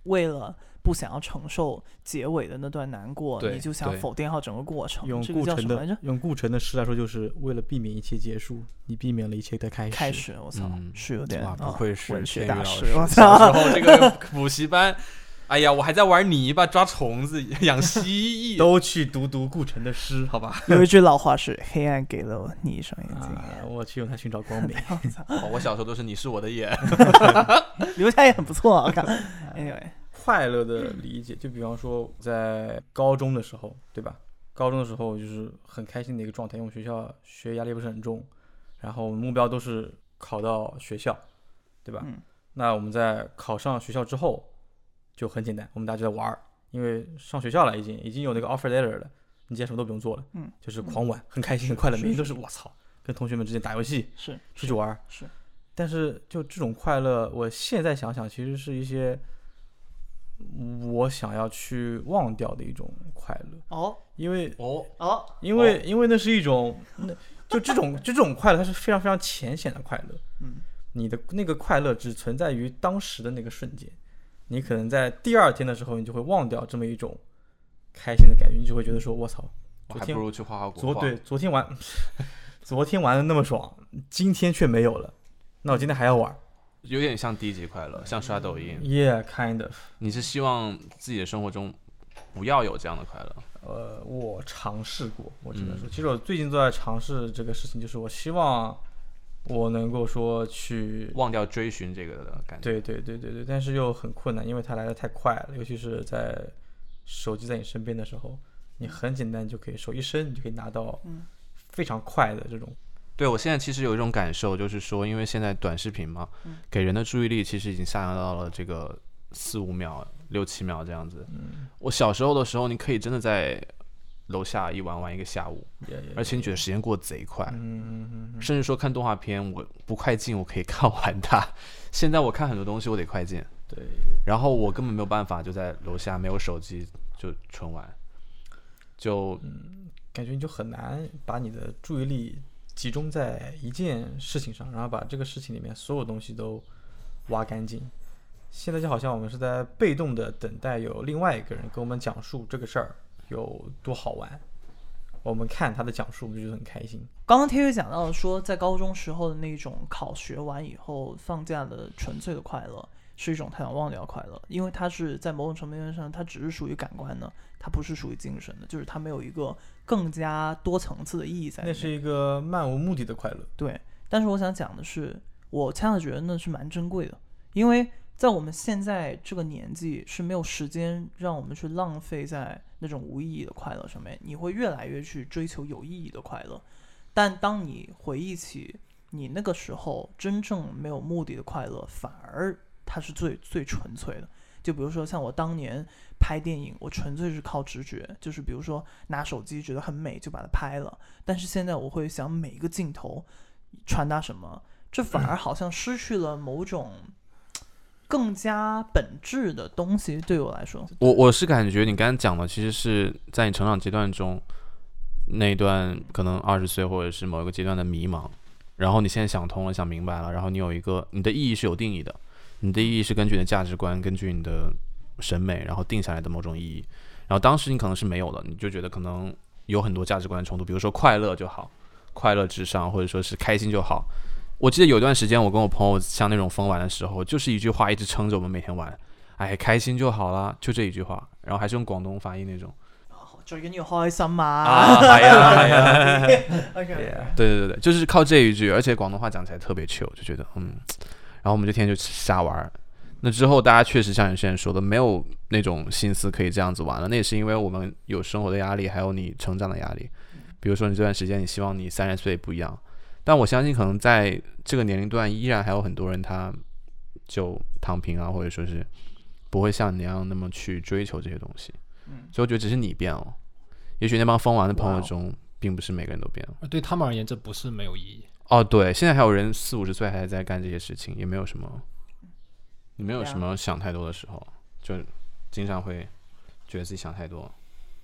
为了不想要承受结尾的那段难过， 对你就想对否定好整个过程。 用这个顾城的叫什么来着？ 用顾城的诗来说，就是为了避免一切结束，你避免了一切的开始。 开始，我操， 嗯是有点哇，不啊愧是文学天宇老大师， 师我小时操！ 候这个补习班，哎呀，我还在玩泥巴、抓虫子、养蜥蜴。 都去读读顾城的诗，好吧？ 有一句老话是“黑暗给了你一双眼睛啊，我去用它寻找光明。 哦我小时候都是你是我的眼。”， 留下也很不错啊。我看，anyway， 快乐的理解，就比方说在高中的时候，对吧？高中的时候就是很开心的一个状态，因为我们学校学业压力不是很重，然后目标都是考到学校，对吧？ 嗯那我们在考上学校之后就很简单，我们大家就在玩儿，因为上学校了，已经已经有那个 offer letter 了，你今天什么都不用做了， 嗯， 就是狂玩，很开心，很快乐， 是每天都是我操，跟同学们之间打游戏， 是出去玩儿。 是， 但是就这种快乐，我现在想想，其实是一些我想要去忘掉的一种快乐， 哦因为哦， 哦， 因为因为那是一种，那就这种就这种快乐，它是非常非常浅显的快乐。 嗯， 你的那个快乐只存在于当时的那个瞬间，你可能在第二天的时候，你就会忘掉这么一种开心的感觉，你就会觉得说，我操，昨天我还不如去画画国画。 昨对昨天玩，昨天玩的那么爽，今天却没有了，那我今天还要玩。 有点像低级快乐，像刷抖音。 Yeah, kind of。 你是希望自己的生活中不要有这样的快乐？ 呃，我尝试过，我只能说， 嗯其实我最近都在尝试这个事情，就是我希望我能够说去忘掉追寻这个的感觉。 对对对对对，但是又很困难，因为它来的太快了，尤其是在手机在你身边的时候，你很简单就可以手一伸，你就可以拿到非常快的这种。 对，我现在其实有一种感受，就是说，因为现在短视频嘛， 嗯给人的注意力其实已经下降到了这个四五秒、六七秒这样子。 嗯， 我小时候的时候，你可以真的在楼下一玩玩一个下午， 也也而且你觉得时间过得贼快。 嗯嗯嗯嗯， 甚至说看动画片，我不快进我可以看完它。现在我看很多东西我得快进， 对， 然后我根本没有办法就在楼下没有手机就纯玩，就感觉你就很难把你的注意力集中在一件事情上，然后把这个事情里面所有东西都挖干净。现在就好像我们是在被动的等待有另外一个人跟我们讲述这个事儿有多好玩，我们看他的讲述，我们就觉得很开心。 刚刚天宇讲到说，在高中时候的那种考学完以后放假的纯粹的快乐，是一种他想忘掉的快乐，因为它是在某种程度上，它只是属于感官的，它不是属于精神的，就是它没有一个更加多层次的意义在里面。 那是一个漫无目的的快乐。 对，但是我想讲的是，我恰恰觉得那是蛮珍贵的，因为在我们现在这个年纪是没有时间让我们去浪费在那种无意义的快乐上面，你会越来越去追求有意义的快乐。但当你回忆起你那个时候真正没有目的的快乐，反而它是最最纯粹的。就比如说像我当年拍电影，我纯粹是靠直觉，就是比如说拿手机觉得很美就把它拍了，但是现在我会想每一个镜头传达什么，这反而好像失去了某种更加本质的东西。对我来说， 我我是感觉你刚才讲的，其实是在你成长阶段中那一段可能二十岁或者是某一个阶段的迷茫，然后你现在想通了，想明白了，然后你有一个你的意义是有定义的，你的意义是根据你的价值观，根据你的审美，然后定下来的某种意义。然后当时你可能是没有的，你就觉得可能有很多价值观冲突，比如说快乐就好，快乐至上，或者说是开心就好。我记得有一段时间，我跟我朋友像那种疯玩的时候，就是一句话一直撑着我们每天玩，哎，开心就好啦，就这一句话，然後還是用廣東發音那種。 最緊要開心嘛。 啊，係啊，係啊。 OK， Yeah. 對對對，就是靠這一句，而且廣東話講起來特別 chill，就覺得嗯，然後我們就天天就瞎玩。那之後大家確實像有些人說的，沒有那種心思可以這樣子玩了。那也是因為我們有生活的壓力，還有你成長的壓力。比如說你這段時間，你希望你三十歲不一樣，但我相信可能在這個年齡段，依然還有很多人他就躺平啊，或者說是不會像你那樣那麼去追求這些東西。 嗯， 所以我覺得只是你變了，也許那幫瘋玩的朋友中，並不是每個人都變了。 對他們而言，這不是沒有意義。 哦，對，現在還有人四五十歲還在幹這些事情，也沒有什麼，你沒有什麼想太多的時候，就經常會覺得自己想太多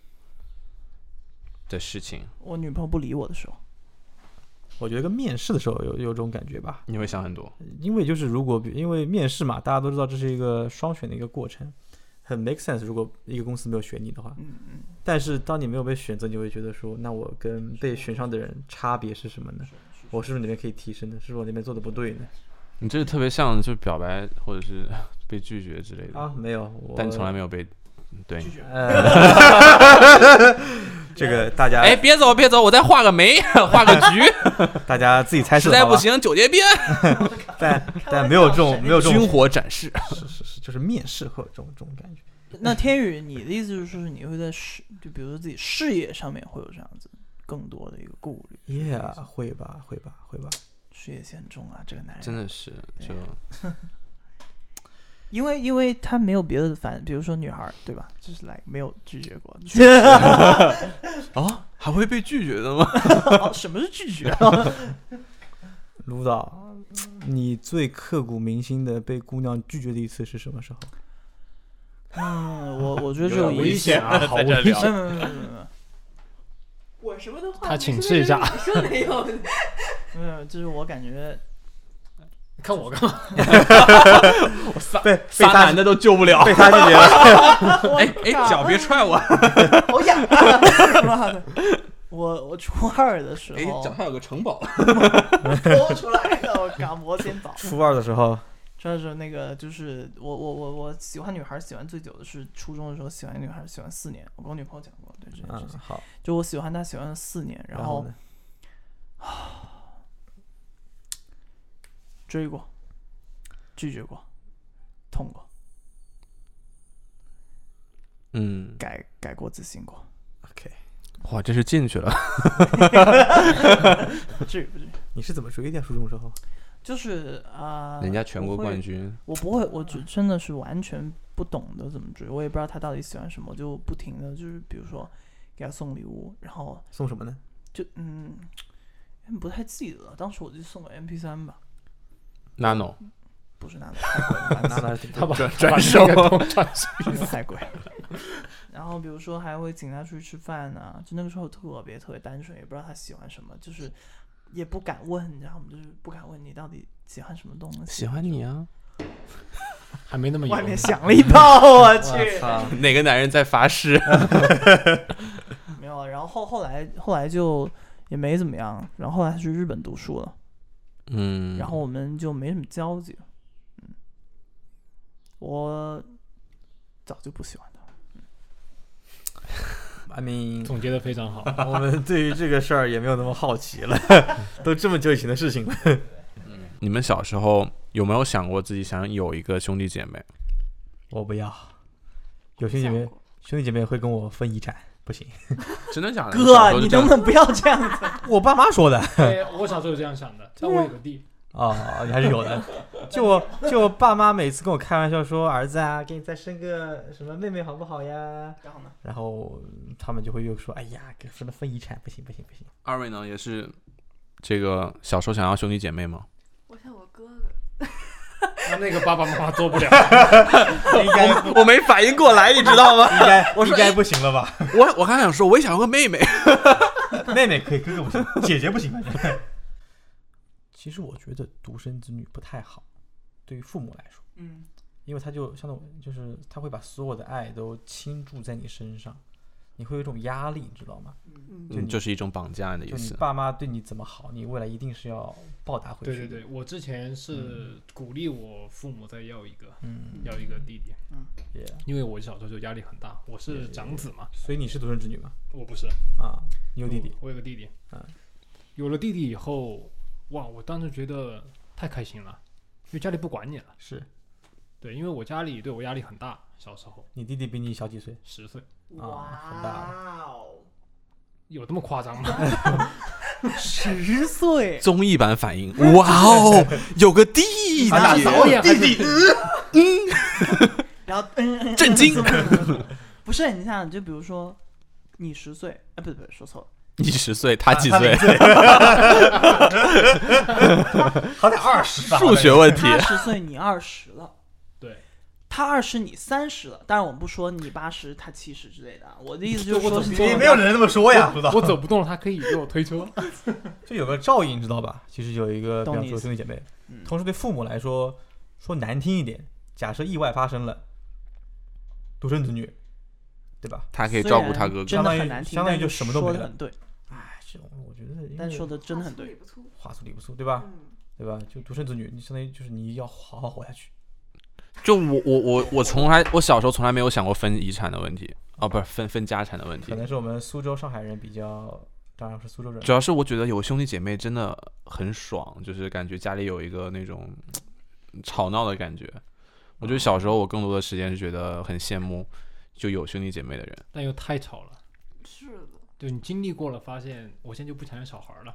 的事情。 我女朋友不理我的時候， 我覺得跟面試的時候有有種感覺吧， 你會想很多， 因為就是如果因為面試嘛，大家都知道這是一個雙選的一個過程。 很 make sense。如果一个公司没有选你的话， 嗯嗯， 但是当你没有被选择，你会觉得说，那我跟被选上的人差别是什么呢？我是不是哪边可以提升呢？是不是我那边做的不对呢？ 你这个特别像就是表白或者是被拒绝之类的啊，没有，我但从来没有被对拒绝。 呃，这个大家哎，别走别走，我再画个眉，画个菊， 大家自己猜测实在不行九节鞭， 但但没有这种没有这种军火展示， 是是是，就是面试会有这种这种感觉。 那天宇，你的意思就是说你会在事，就比如说自己事业上面会有这样子更多的一个顾虑 Yeah， 会吧会吧会吧。 事业线重啊，这个男人真的是就因为因为他没有别的反，比如说女孩对吧，就是来没有拒绝过哦，还会被拒绝的吗？ 哦，什么是拒绝？ 卢导，你最刻骨铭心的被姑娘拒绝的一次是什么时候？ 嗯，我我觉得只有一次危险啊，好危没有险！ 没有没有没有没有我什么都话他请示一下， 你说没有？ 没有，就是我感觉看我干嘛？ 被仨男的都救不了， 被他拒绝了。 哎哎，脚别踹我！ 好痒啊！妈的，我我初二的时哎， 候脚下有个城堡。 偷出来的，我靠，摩天堡。 初二的时候， 这是那个，就是我我我我喜欢女孩喜欢最久的是初中的时候，喜欢女孩喜欢四年。我跟我女朋友讲过，对这件事嗯， 情。 好， 就我喜欢她喜欢了四年，然后然呢？ 追过，拒绝过，痛过， 嗯， 改改过自新过。 OK， 哇，这是进去了。 不至于不至于， 你是怎么追的？初中时候？ 就是啊、呃， 人家全国冠军， 我不会，我只真的是完全不懂得怎么追，我也不知道他到底喜欢什么，我就不停的就是比如说给他送礼物，然后送什么呢？ 就嗯，不太记得了，当时我就送个 M P 三 吧， Nano 不是那个太贵了， 那那挺他把转他把转手那个东转手， 那个太贵了。然后比如说还会请他出去吃饭啊，就那个时候特别特别单纯，也不知道他喜欢什么，就是也不敢问，你知道吗？就是不敢问你到底喜欢什么东西。 喜欢你啊！ 还没那么外面油。 响了一炮，我我去。 操！ 哪个男人在发誓？ 没有，然后后后来后来就也没怎么样，然后后来他去日本读书了， 嗯， 然后我们就没什么交集了。嗯，我早就不喜欢他了。 I mean， 总结的非常好。 我们对于这个事儿也没有那么好奇了，都这么久以前的事情了。 你们小时候有没有想过自己想有一个兄弟姐妹？ 我不要，有兄弟姐妹，兄弟姐妹会跟我分遗产，不行。 真的假的？ 哥，你能不能不要这样子？ 我爸妈说的。 对，我小时候有这样想的，但我有个弟， 哦，你还是有的。就我就我爸妈每次跟我开玩笑说，儿子啊，给你再生个什么妹妹好不好呀？ 然后呢？ 然后他们就会又说，哎呀，给什么分遗产，不行不行不行。 二位呢，也是这个小时候想要兄弟姐妹吗？ 我想我哥哥， 那那个爸爸妈妈做不了。 应该我没反应过来，你知道吗？ 应该我说应该不行了吧？ 我我刚想说，我也想要个妹妹。 妹妹可以，哥哥不行，姐姐不行。其实我觉得独生子女不太好，对于父母来说， 嗯， 因为他就相当于就是他会把所有的爱都倾注在你身上，你会有一种压力，你知道吗？ 嗯， 嗯，就是一种绑架的意就你思。 爸妈对你怎么好，你未来一定是要报答回去。 对对对，我之前是鼓励我父母再要一个， 嗯， 要一个弟弟， 也、yeah. 因为我小时候就压力很大，我是长子嘛。 所以你是独生子女吗？ 我不是啊，你有弟弟？ 我，我有个弟弟。 嗯， 有了弟弟以后，哇，我当时觉得太开心了，因为家里不管你了。 是对，因为我家里对我压力很大，小时候你弟弟比你小几岁？ 十岁， 啊，很大了。 有这么夸张吗？ 十岁， 综艺版反应，哇哦，有个弟弟， 啊导演弟弟， 然后嗯，嗯震惊。 不是你想，就比如说你十岁，哎，不对不对，说错了， 你十岁，他几岁？ 好歹二十吧。 数学问题。 他十岁，你二十了。 对， 他二十，你三十了。当然，我们不说你八十，他七十之类的。我的意思就是说， 我怎么说也没有人这么说呀，知道？ 我走不动了，他可以给我推车。 就有个照应，知道吧？其实有一个，比方说懂你意思兄弟姐妹， 嗯同时对父母来说，说难听一点，假设意外发生了， 独生子女，对吧？ 他可以照顾他哥哥， 真的很难听， 相当于就什么都没了。 说的很对， 哎，这种我觉得， 但说的真的很对， 话粗理不粗，对吧？ 嗯， 对吧？就独生子女，你相当于就是你要好好活下去。 就我我我我从来我小时候从来没有想过分遗产的问题，哦，不是分分家产的问题可。能是我们苏州、上海人比较，当然是苏州人。 主要是我觉得有兄弟姐妹真的很爽，就是感觉家里有一个那种吵闹的感觉。我觉得小时候我更多的时间是觉得很羡慕就有兄弟姐妹的人， 但又太吵了。 是的， 对你经历过了，发现我现在就不想要小孩了。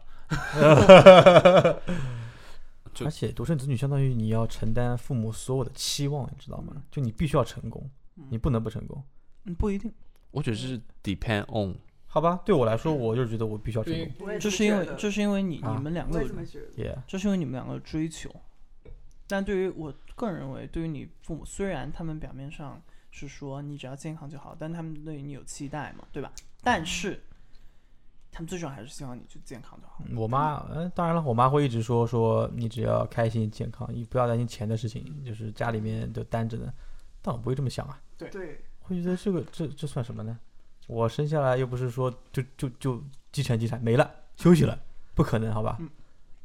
而且独生子女相当于你要承担父母所有的期望，你知道吗？就你必须要成功，你不能不成功。 嗯，不一定。 我只是 depend on。 好吧，对我来说，我就觉得我必须要成对功。 我也这是因为这这是因为你啊你们两我个有也这么觉得。 Yeah， 这是因为你们两个的追求，但对于我个人认为，对于你父母，虽然他们表面上是说你只要健康就好，但他们对你有期待嘛，对吧？但是他们最重要还是希望你就健康就好。 我妈，嗯，当然了，我妈会一直说说你只要开心健康，你不要担心钱的事情，就是家里面都担着呢。但我不会这么想啊， 对， 会觉得这个这这算什么呢？我生下来又不是说就就就继承继承没了休息了，不可能，好吧？ 嗯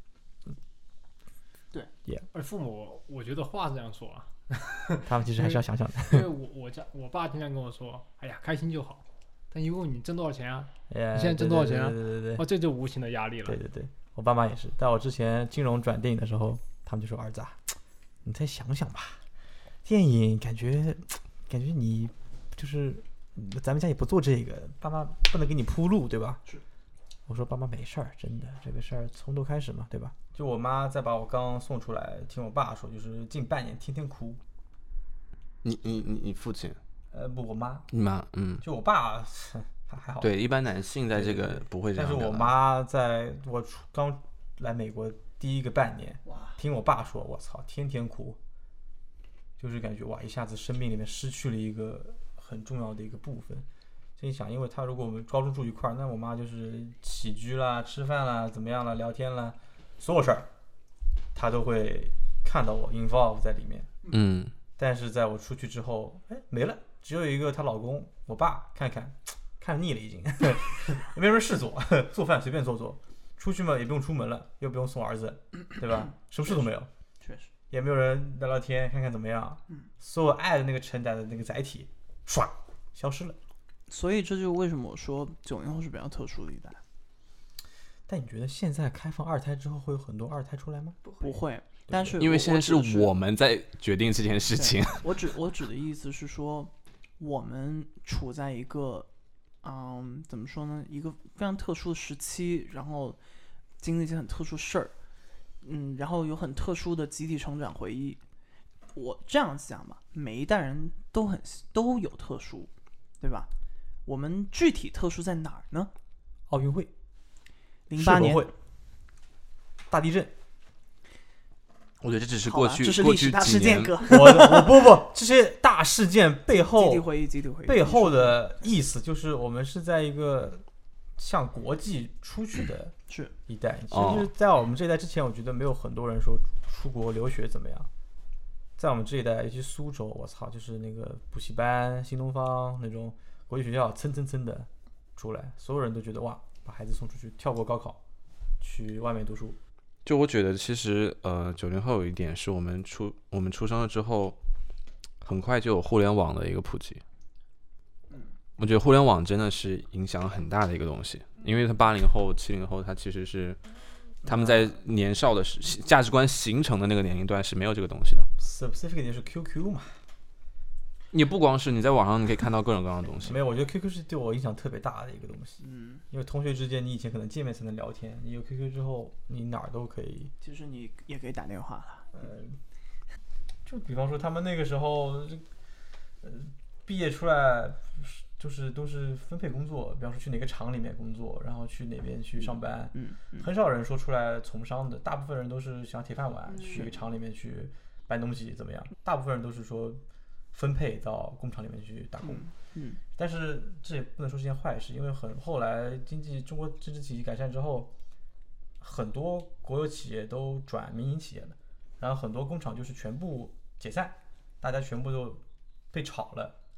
对， 而父母，我觉得话是这样说啊， 他们其实还是要想想的。 因为我我家我爸经常跟我说，哎呀，开心就好。但一问你挣多少钱啊？ 哎， 你现在挣多少钱啊对对对对对哦，这就无形的压力了。 对对对，我爸妈也是。在我之前金融转电影的时候，他们就说：“儿子啊，你再想想吧，电影感觉感觉你就是咱们家也不做这个，爸妈不能给你铺路，对吧？” 是。 我说爸妈没事儿，真的这个事儿从头开始嘛，对吧？就我妈在把我刚送出来，听我爸说，就是近半年天天哭。 你你你你父亲？ 呃，不，我妈。 你妈？嗯， 就我爸还还好。 对，一般男性在这个对对对不会这样的。 但是我妈在我出刚来美国第一个半年，听我爸说，我操，天天哭，就是感觉哇，一下子生命里面失去了一个很重要的一个部分。所以想，因为他如果我们高中住一块儿，那我妈就是起居啦、吃饭啦、怎么样啦、聊天啦，所有事儿，她都会看到我 involve 在里面。 嗯， 但是在我出去之后，哎，没了，只有一个她老公，我爸看看，看腻了已经，也没什么事做，做饭随便做做，出去嘛也不用出门了，又不用送儿子，对吧？什么事都没有， 确实， 也没有人聊聊天，看看怎么样，所有爱的那个承载的那个载体，唰，消失了。 所以这就是为什么我说九零后是比较特殊的一代。 但你觉得现在开放二胎之后会有很多二胎出来吗？ 不会，但是因为现在是我指的我们在决定这件事情。 我指我指的意思是说，我们处在一个，嗯，怎么说呢？一个非常特殊的时期，然后经历一些很特殊的事儿，嗯，然后有很特殊的集体成长回忆。我这样讲吧，每一代人都很都有特殊，对吧？我们具体特殊在哪儿呢？ 奥运会、 零八年世博会、大地震。 我觉得这只是好吧过去这是历史大过去几年。 事件哥。 我我不不，这些大事件背集后体回忆，集体回忆背后的意思就是我们是在一个向国际出去的是一代。其哦实，在我们这一代之前，我觉得没有很多人说出国留学怎么样。在我们这一代，尤其苏州，我操，就是那个补习班、新东方那种国际学校，蹭蹭蹭的出来，所有人都觉得哇，把孩子送出去，跳过高考，去外面读书。 就我觉得，其实呃，九零后有一点是我们出我们出生了之后，很快就有互联网的一个普及。我觉得互联网真的是影响很大的一个东西，因为他八零后、七零后，他其实是他们在年少的时价值观形成的那个年龄段是没有这个东西的。 specific 点是 Q Q 嘛， 你不光是你在网上你可以看到各种各样的东西没，有，我觉得 Q Q 是对我影响特别大的一个东西。 嗯， 因为同学之间，你以前可能见面才能聊天，你有 Q Q 之后，你哪儿都可以。 其实你也可以打电话了。 呃，就比方说他们那个时候，呃，毕业出来就是都是分配工作，比方说去哪个厂里面工作，然后去哪边去上班， 嗯，嗯很少人说出来从商的，大部分人都是想铁饭碗， 嗯去一个厂里面去搬东西怎么样？大部分人都是说分配到工厂里面去打工。 嗯嗯但是这也不能说是件坏事，因为很后来经济中国政治体系改善之后，很多国有企业都转民营企业了，然后很多工厂就是全部解散，大家全部都被炒了，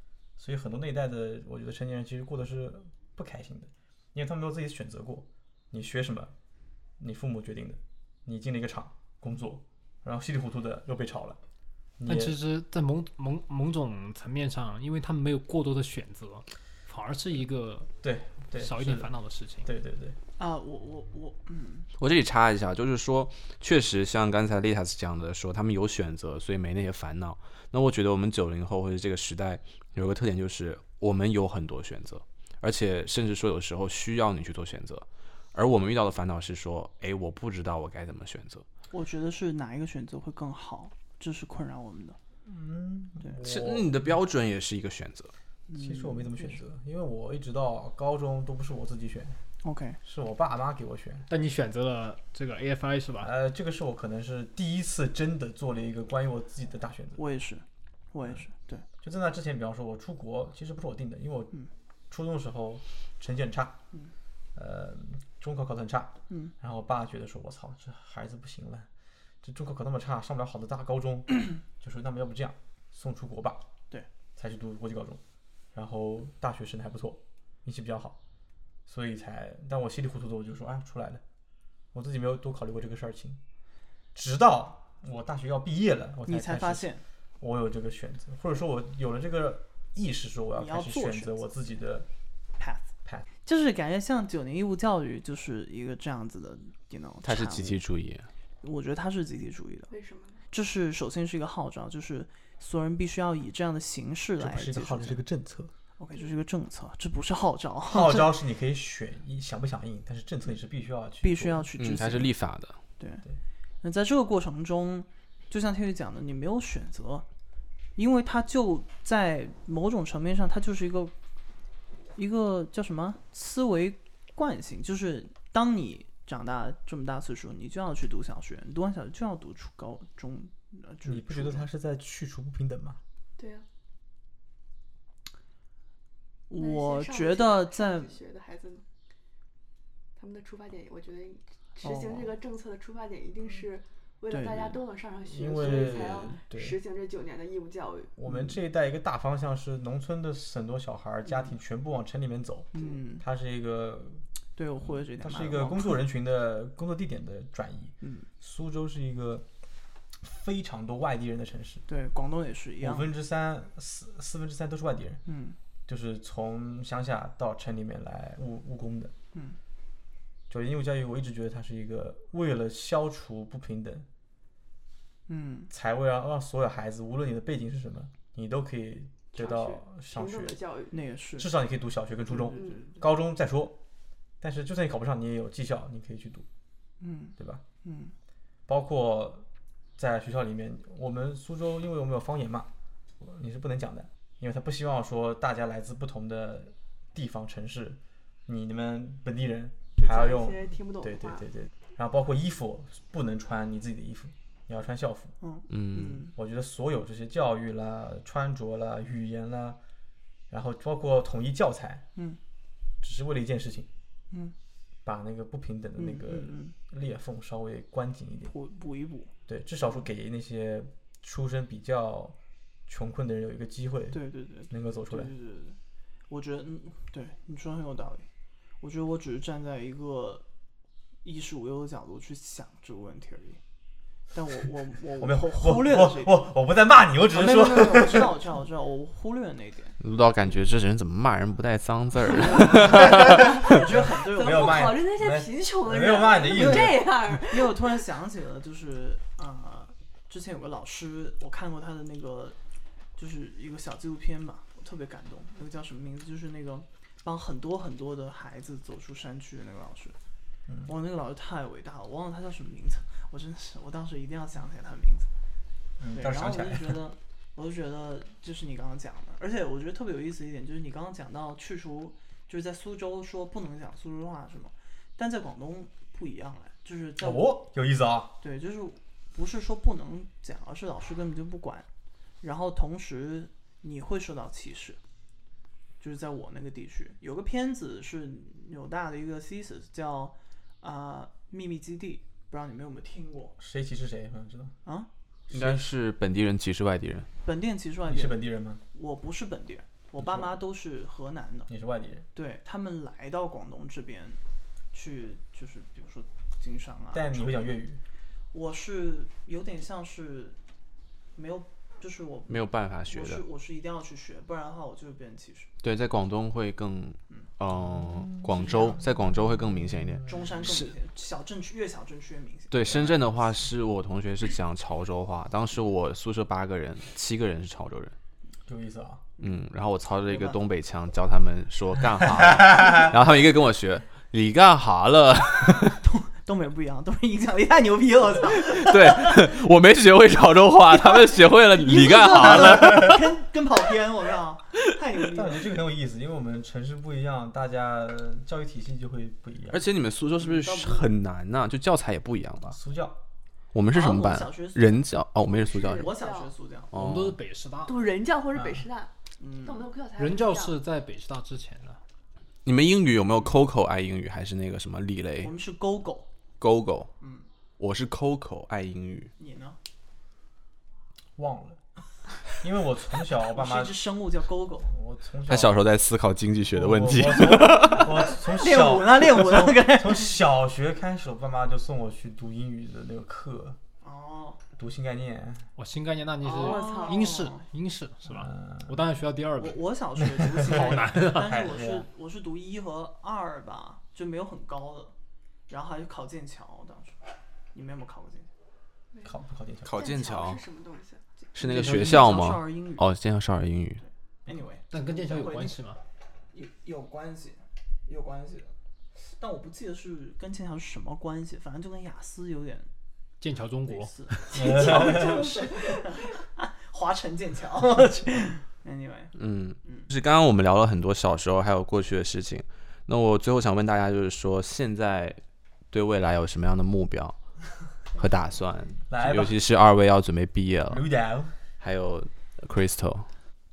所以很多那一代的，我觉得成年人其实过得是不开心的，因为他们没有自己选择过。你学什么，你父母决定的，你进了一个厂工作，然后稀里糊涂的又被炒了。 但其实，在某某某种层面上，因为他们没有过多的选择，反而是一个对对少一点烦恼的事情。 对对对。 啊，我我我，嗯， 我这里插一下，就是说，确实像刚才 Litas 讲的说，他们有选择，所以没那些烦恼。那我觉得我们九零后或者这个时代有个特点，就是我们有很多选择，而且甚至说有时候需要你去做选择。而我们遇到的烦恼是说，哎，我不知道我该怎么选择。 我觉得是哪一个选择会更好，这是困扰我们的。 嗯， 对， 是你的标准也是一个选择。 其实我没怎么选择，因为我一直到高中都不是我自己选。 OK， 是我爸妈给我选。 但你选择了这个 A F I 是吧？ 呃，这个是我可能是第一次真的做了一个关于我自己的大选择。 我也是，我也是，对。 就在那之前，比方说我出国，其实不是我定的，因为我初中的时候成绩很差， 嗯， 呃，中考考得很差， 嗯， 然后我爸觉得说，我操，这孩子不行了，这中考考那么差，上不了好的大高中，就说那么要不这样，送出国吧， 对， 才去读国际高中，然后大学升得还不错，运气比较好。所以才，但我稀里糊涂的我就说，哎，出来了，我自己没有多考虑过这个事情，直到我大学要毕业了，我才你才发现我有这个选择，或者说我有了这个意识，说我要开始选择我自己的 path path， 就是感觉像九年义务教育就是一个这样子的 you know， 它是集体主义， 我觉得它是集体主义的。 为什么？ 这是首先是一个号召，就是所有人必须要以这样的形式来接受。 这不是一个号召，这是个政策。 OK， 这是一个政策，这不是号召。 号召是你可以选一响不响应，但是政策你是必须要去必须要去执行， 嗯，它是立法的。 对。 对。 那在这个过程中，就像天宇讲的，你没有选择，因为它就在某种层面上，它就是一个一个叫什么思维惯性，就是当你长大这么大岁数，你就要去读小学，你读完小学就要读初高中。呃、 你不觉得它是在去除不平等吗？ 对啊。 我觉得在学的孩子呢，他们的出发点，我觉得实行这个政策的出发点一定是为了大家都能上上学， 因所以才要对实行这九年的义务教育。 我们这一代一个大方向是，农村的很多小孩家庭全部往城里面走， 嗯， 它是一个， 对我忽略这点， 它是一个工作人群的工作地点的转移。 嗯， 苏州是一个非常多外地人的城市， 对，广东也是一样， 五分之三四四分之三都是外地人。 嗯。 就是从乡下到城里面来务务工的。 嗯， 九年义务教育，我一直觉得它是一个为了消除不平等， 嗯， 才为了让所有孩子，无论你的背景是什么，你都可以得到上学， 的教育， 那也是， 至少你可以读小学跟初中， 对对对对， 高中再说。但是就算你考不上，你也有技校，你可以去读， 嗯， 对吧？ 嗯， 包括在学校里面，我们苏州因为我们有方言嘛，你是不能讲的。因为他不希望说大家来自不同的地方城市，你你们本地人还要用听不懂对对对对，然后包括衣服不能穿你自己的衣服，你要穿校服。 嗯嗯， 我觉得所有这些教育啦、穿着啦、语言啦，然后包括统一教材， 嗯， 只是为了一件事情， 嗯， 把那个不平等的那个裂缝稍微关紧一点， 补补一补。 对，至少说给那些出身比较穷困的人有一个机会， 对对对， 能够走出来。 对对对对，我觉得，嗯，对你说的很有道理。我觉得我只是站在一个衣食无忧的角度去想这个问题而已。但我我我我没有忽略了这一点。 我我我不在骂你，我只是说， 没有没有，我知道我知道我知道，我忽略了那一点。 卢导感觉这人怎么骂人不带脏字儿？ 我觉得很对， 怎么不考虑那些贫穷的人？ 没有骂你的意思。 这样， 因为我突然想起了，就是啊、呃，之前有个老师，我看过他的那个。就是一个小纪录片吧，我特别感动。那个叫什么名字？就是那个帮很多很多的孩子走出山区的那个老师。 嗯， 哇，那个老师太伟大了，我忘了他叫什么名字。我真的是，我当时一定要想起来他的名字。 嗯， 对，然后我就觉得，我就觉得就是你刚刚讲的，而且我觉得特别有意思一点，就是你刚刚讲到去除，就是在苏州说不能讲苏州话是吗？但在广东不一样哎，就是在哦，有意思啊。 对，就是不是说不能讲，而是老师根本就不管。然后同时你会受到歧视，就是在我那个地区有个片子是纽大的一个 thesis 叫啊、呃、秘密基地，不知道你们有没有听过？ 谁歧视谁？我知道啊， 应该是本地人歧视外地人。 本地人歧视外地人。 你是本地人吗？ 我不是本地人。 我爸妈都是河南的， 你是外地人， 对他们来到广东这边去，就是比如说经商啊。 但你会讲粤语？ 我是有点像是没有，就是我没有办法学的。 我是我是一定要去学，不然的话我就会被人歧视。 对，在广东会更，嗯、呃，广州在广州会更明显一点， 中山更明显，小镇区越小镇区越明显。 对，深圳的话是我同学是讲潮州话，当时我宿舍八个人，七个人是潮州人。 有意思啊。 嗯，然后我操着一个东北腔教他们说干哈了，然后他们一个跟我学你干哈了。 东东北不一样，东北影响力太牛逼了，我操！ 对，我没学会潮州话，他们学会了你干哈了， 跟跟跑偏，我靠，太牛逼了。 但我觉得这个很有意思，因为我们城市不一样，大家教育体系就会不一样。 而且你们苏州是不是很难呢、啊？就教材也不一样吧？ 苏教。 我们是什么班？ 啊、 人教哦，我们也是苏教。 我小学苏教， 我们都是北师大。 读人教或者北师大， 嗯， 但我们的课才人教是在北师大之前的。 你们英语有没有 Coco 爱英语，还是那个什么李雷？ 我们是 Gogo。 Gogo， 嗯， 我是 Coco 爱英语。 你呢？ 忘了，因为我从小我爸妈是一只生物叫 Gogo。 我从小他小时候在思考经济学的问题。 我, 我, 我从小练武呢，练武呢， 从小学开始，我爸妈就送我去读英语的那个课。 哦。 读新概念。 我新概念那你是英式， 哦、 英式是吧？ 嗯、 我当然学到第二个。我我小学读新概念，但是我是我是读一和二吧，就没有很高的，然后还是考剑桥。当时你们有没有考过剑桥？ 考不考剑桥？ 考剑桥是什么东西？ 是那个学校吗？哦，剑桥少儿英语。 Anyway， 但跟剑桥有关系吗？ 有有关系，有关系的。但我不记得是跟剑桥是什么关系，反正就跟雅思有点。 剑桥中国。 剑桥就是华晨剑桥。Anyway， 嗯，就是刚刚我们聊了很多小时候还有过去的事情，那我最后想问大家，就是说现在对未来有什么样的目标和打算？尤其是二位要准备毕业了，还有 Crystal。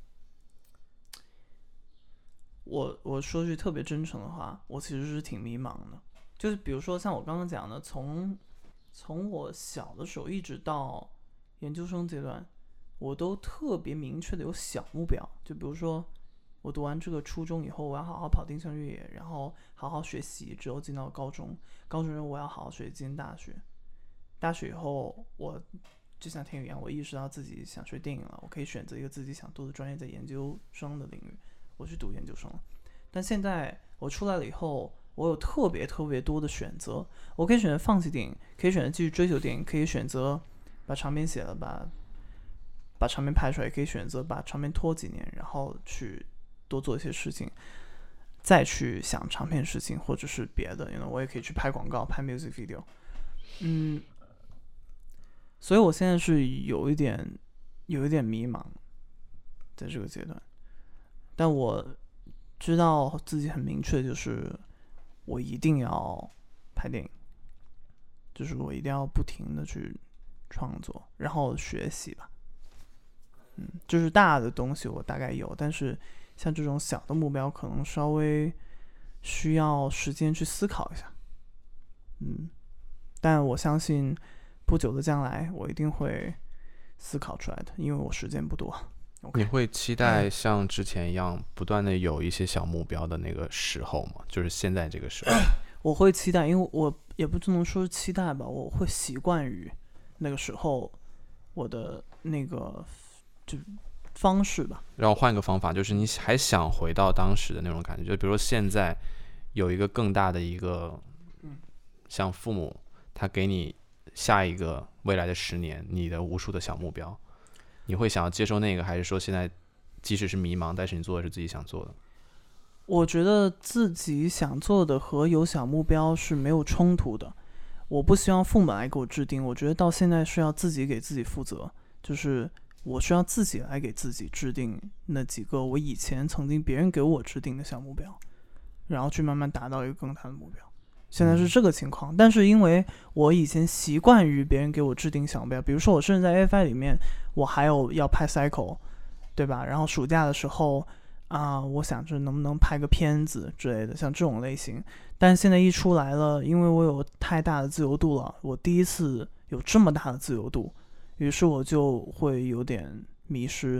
我我说句特别真诚的话，我其实是挺迷茫的。就是比如说像我刚刚讲的，从从我小的时候一直到研究生阶段，我都特别明确的有小目标。就比如说我读完这个初中以后，我要好好跑定向越野，然后好好学习，之后进到高中，高中我要好好学进大学，大学以后我就像天宇一样，我意识到自己想学电影了，我可以选择一个自己想读的专业，在研究生的领域我去读研究生了。但现在我出来了以后，我有特别特别多的选择，我可以选择放弃电影，可以选择继续追求电影，可以选择把长篇写了，把把长篇拍出来，可以选择把长篇拖几年，然后去多做一些事情，再去想长篇事情或者是别的，因为我也可以去拍广告，拍 music video。嗯，所以我现在是有一点有一点迷茫，在这个阶段，但我知道自己很明确，就是我一定要拍电影，就是我一定要不停的去创作，然后学习吧。嗯，就是大的东西我大概有，但是像这种小的目标可能稍微需要时间去思考一下。嗯，但我相信不久的将来我一定会思考出来的，因为我时间不多。Okay. 你会期待像之前一样不断的有一些小目标的那个时候吗？就是现在这个时候。 我会期待，因为我也不能说是期待吧，我会习惯于那个时候我的那个就方式吧。 让我换一个方法，就是你还想回到当时的那种感觉，就比如说现在有一个更大的一个，像父母他给你下一个未来的十年你的无数的小目标，你会想要接受那个，还是说现在即使是迷茫，但是你做的是自己想做的？ 我觉得自己想做的和有小目标是没有冲突的。我不希望父母来给我制定，我觉得到现在是要自己给自己负责，就是我需要自己来给自己制定那几个我以前曾经别人给我制定的小目标，然后去慢慢达到一个更大的目标。现在是这个情况，但是因为我以前习惯于别人给我制定小目标，比如说我甚至在 A F I 里面我还有要拍 cycle， 对吧？然后暑假的时候啊、呃，我想着能不能拍个片子之类的，像这种类型。但现在一出来了，因为我有太大的自由度了，我第一次有这么大的自由度，于是我就会有点迷失。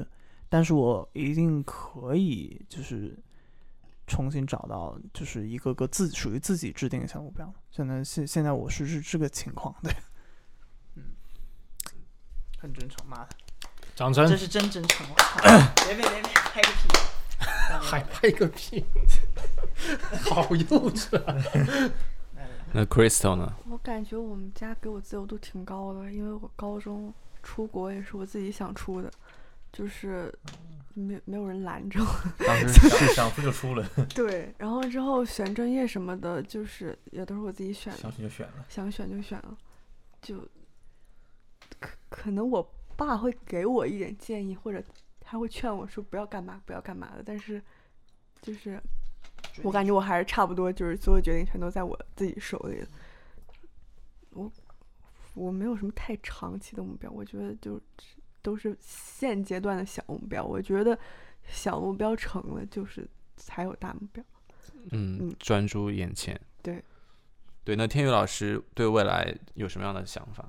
但是我一定可以就是重新找到就是一个个自属于自己制定的小目标。现在现现在我是是这个情况，对，嗯，很真诚，妈的， 掌声， 这是真真诚。别别别别，拍个屁， 还拍个屁，好幼稚啊！ 那 Crystal 呢？ 我感觉我们家给我自由度挺高的，因为我高中出国也是我自己想出的，就是没没有人拦着我。 当时想想出就出了， 对，然后之后选专业什么的，就是也都是我自己选的， 想选就选了， 想选就选了，就可可能我爸会给我一点建议，或者他会劝我说不要干嘛不要干嘛的，但是就是我感觉我还是差不多，就是所有决定全都在我自己手里了。我我没有什么太长期的目标，我觉得就都是现阶段的小目标。我觉得小目标成了，就是才有大目标。 嗯， 嗯专注眼前。 对， 对。那天宇老师对未来有什么样的想法？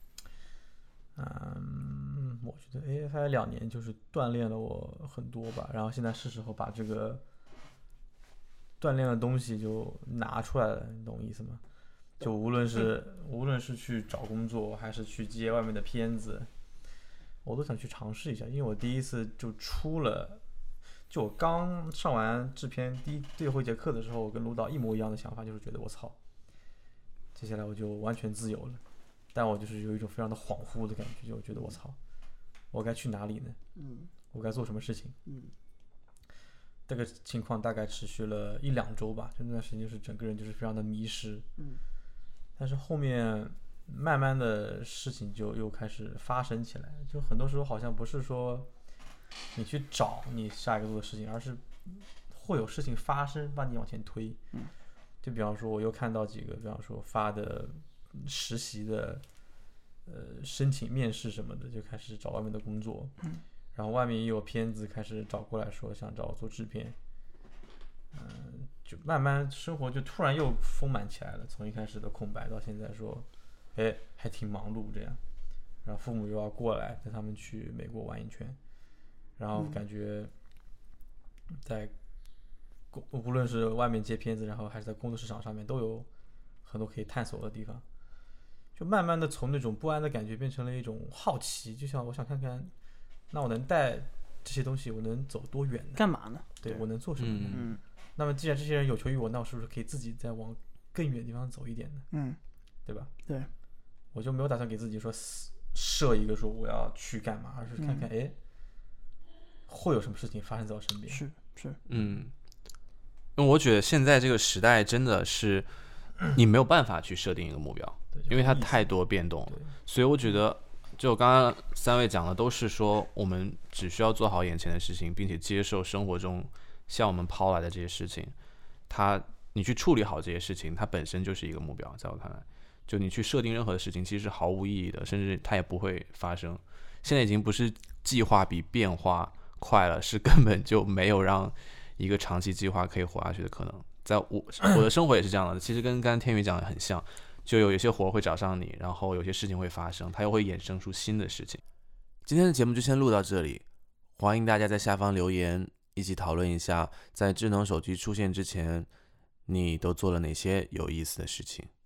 嗯，我觉得 A F I 两年就是锻炼了我很多吧，然后现在是时候把这个锻炼的东西就拿出来了，你懂我意思吗？就无论是无论是去找工作，还是去接外面的片子，我都想去尝试一下。因为我第一次就出了，就我刚上完制片第一最后一节课的时候，我跟卢导一模一样的想法，就是觉得我操，接下来我就完全自由了。但我就是有一种非常的恍惚的感觉，就我觉得我操，我该去哪里呢？ 嗯， 我该做什么事情？ 嗯， 这个情况大概持续了一两周吧，就那段时间就是整个人就是非常的迷失。 嗯， 但是后面慢慢的事情就又开始发生起来，就很多时候好像不是说你去找你下一个做的事情，而是会有事情发生把你往前推。 嗯， 就比方说我又看到几个，比方说发的实习的呃申请面试什么的，就开始找外面的工作。 嗯， 然后外面也有片子开始找过来说想找我做制片。嗯、呃，就慢慢生活就突然又丰满起来了，从一开始的空白到现在说哎还挺忙碌这样。然后父母又要过来带他们去美国玩一圈，然后感觉在无论是外面接片子，然后还是在工作市场上面都有很多可以探索的地方，就慢慢的从那种不安的感觉变成了一种好奇，就像我想看看那我能带这些东西我能走多远呢？ 干嘛呢？ 对，我能做什么呢？ 嗯， 那么既然这些人有求于我，那我是不是可以自己再往更远的地方走一点呢？ 嗯， 对吧？ 对， 我就没有打算给自己说设一个说我要去干嘛，而是看看哎、嗯，会有什么事情发生在我身边。 是是， 嗯，因为我觉得现在这个时代真的是你没有办法去设定一个目标，因为它太多变动了。所以我觉得就刚刚三位讲的都是说我们只需要做好眼前的事情，并且接受生活中向我们抛来的这些事情，它你去处理好这些事情，它本身就是一个目标。在我看来，就你去设定任何的事情其实是毫无意义的，甚至它也不会发生。现在已经不是计划比变化快了，是根本就没有让一个长期计划可以活下去的可能。在我我的生活也是这样的，其实跟刚才天宇讲的很像，就有一些活会找上你，然后有些事情会发生，它又会衍生出新的事情。今天的节目就先录到这里，欢迎大家在下方留言，一起讨论一下在智能手机出现之前你都做了哪些有意思的事情。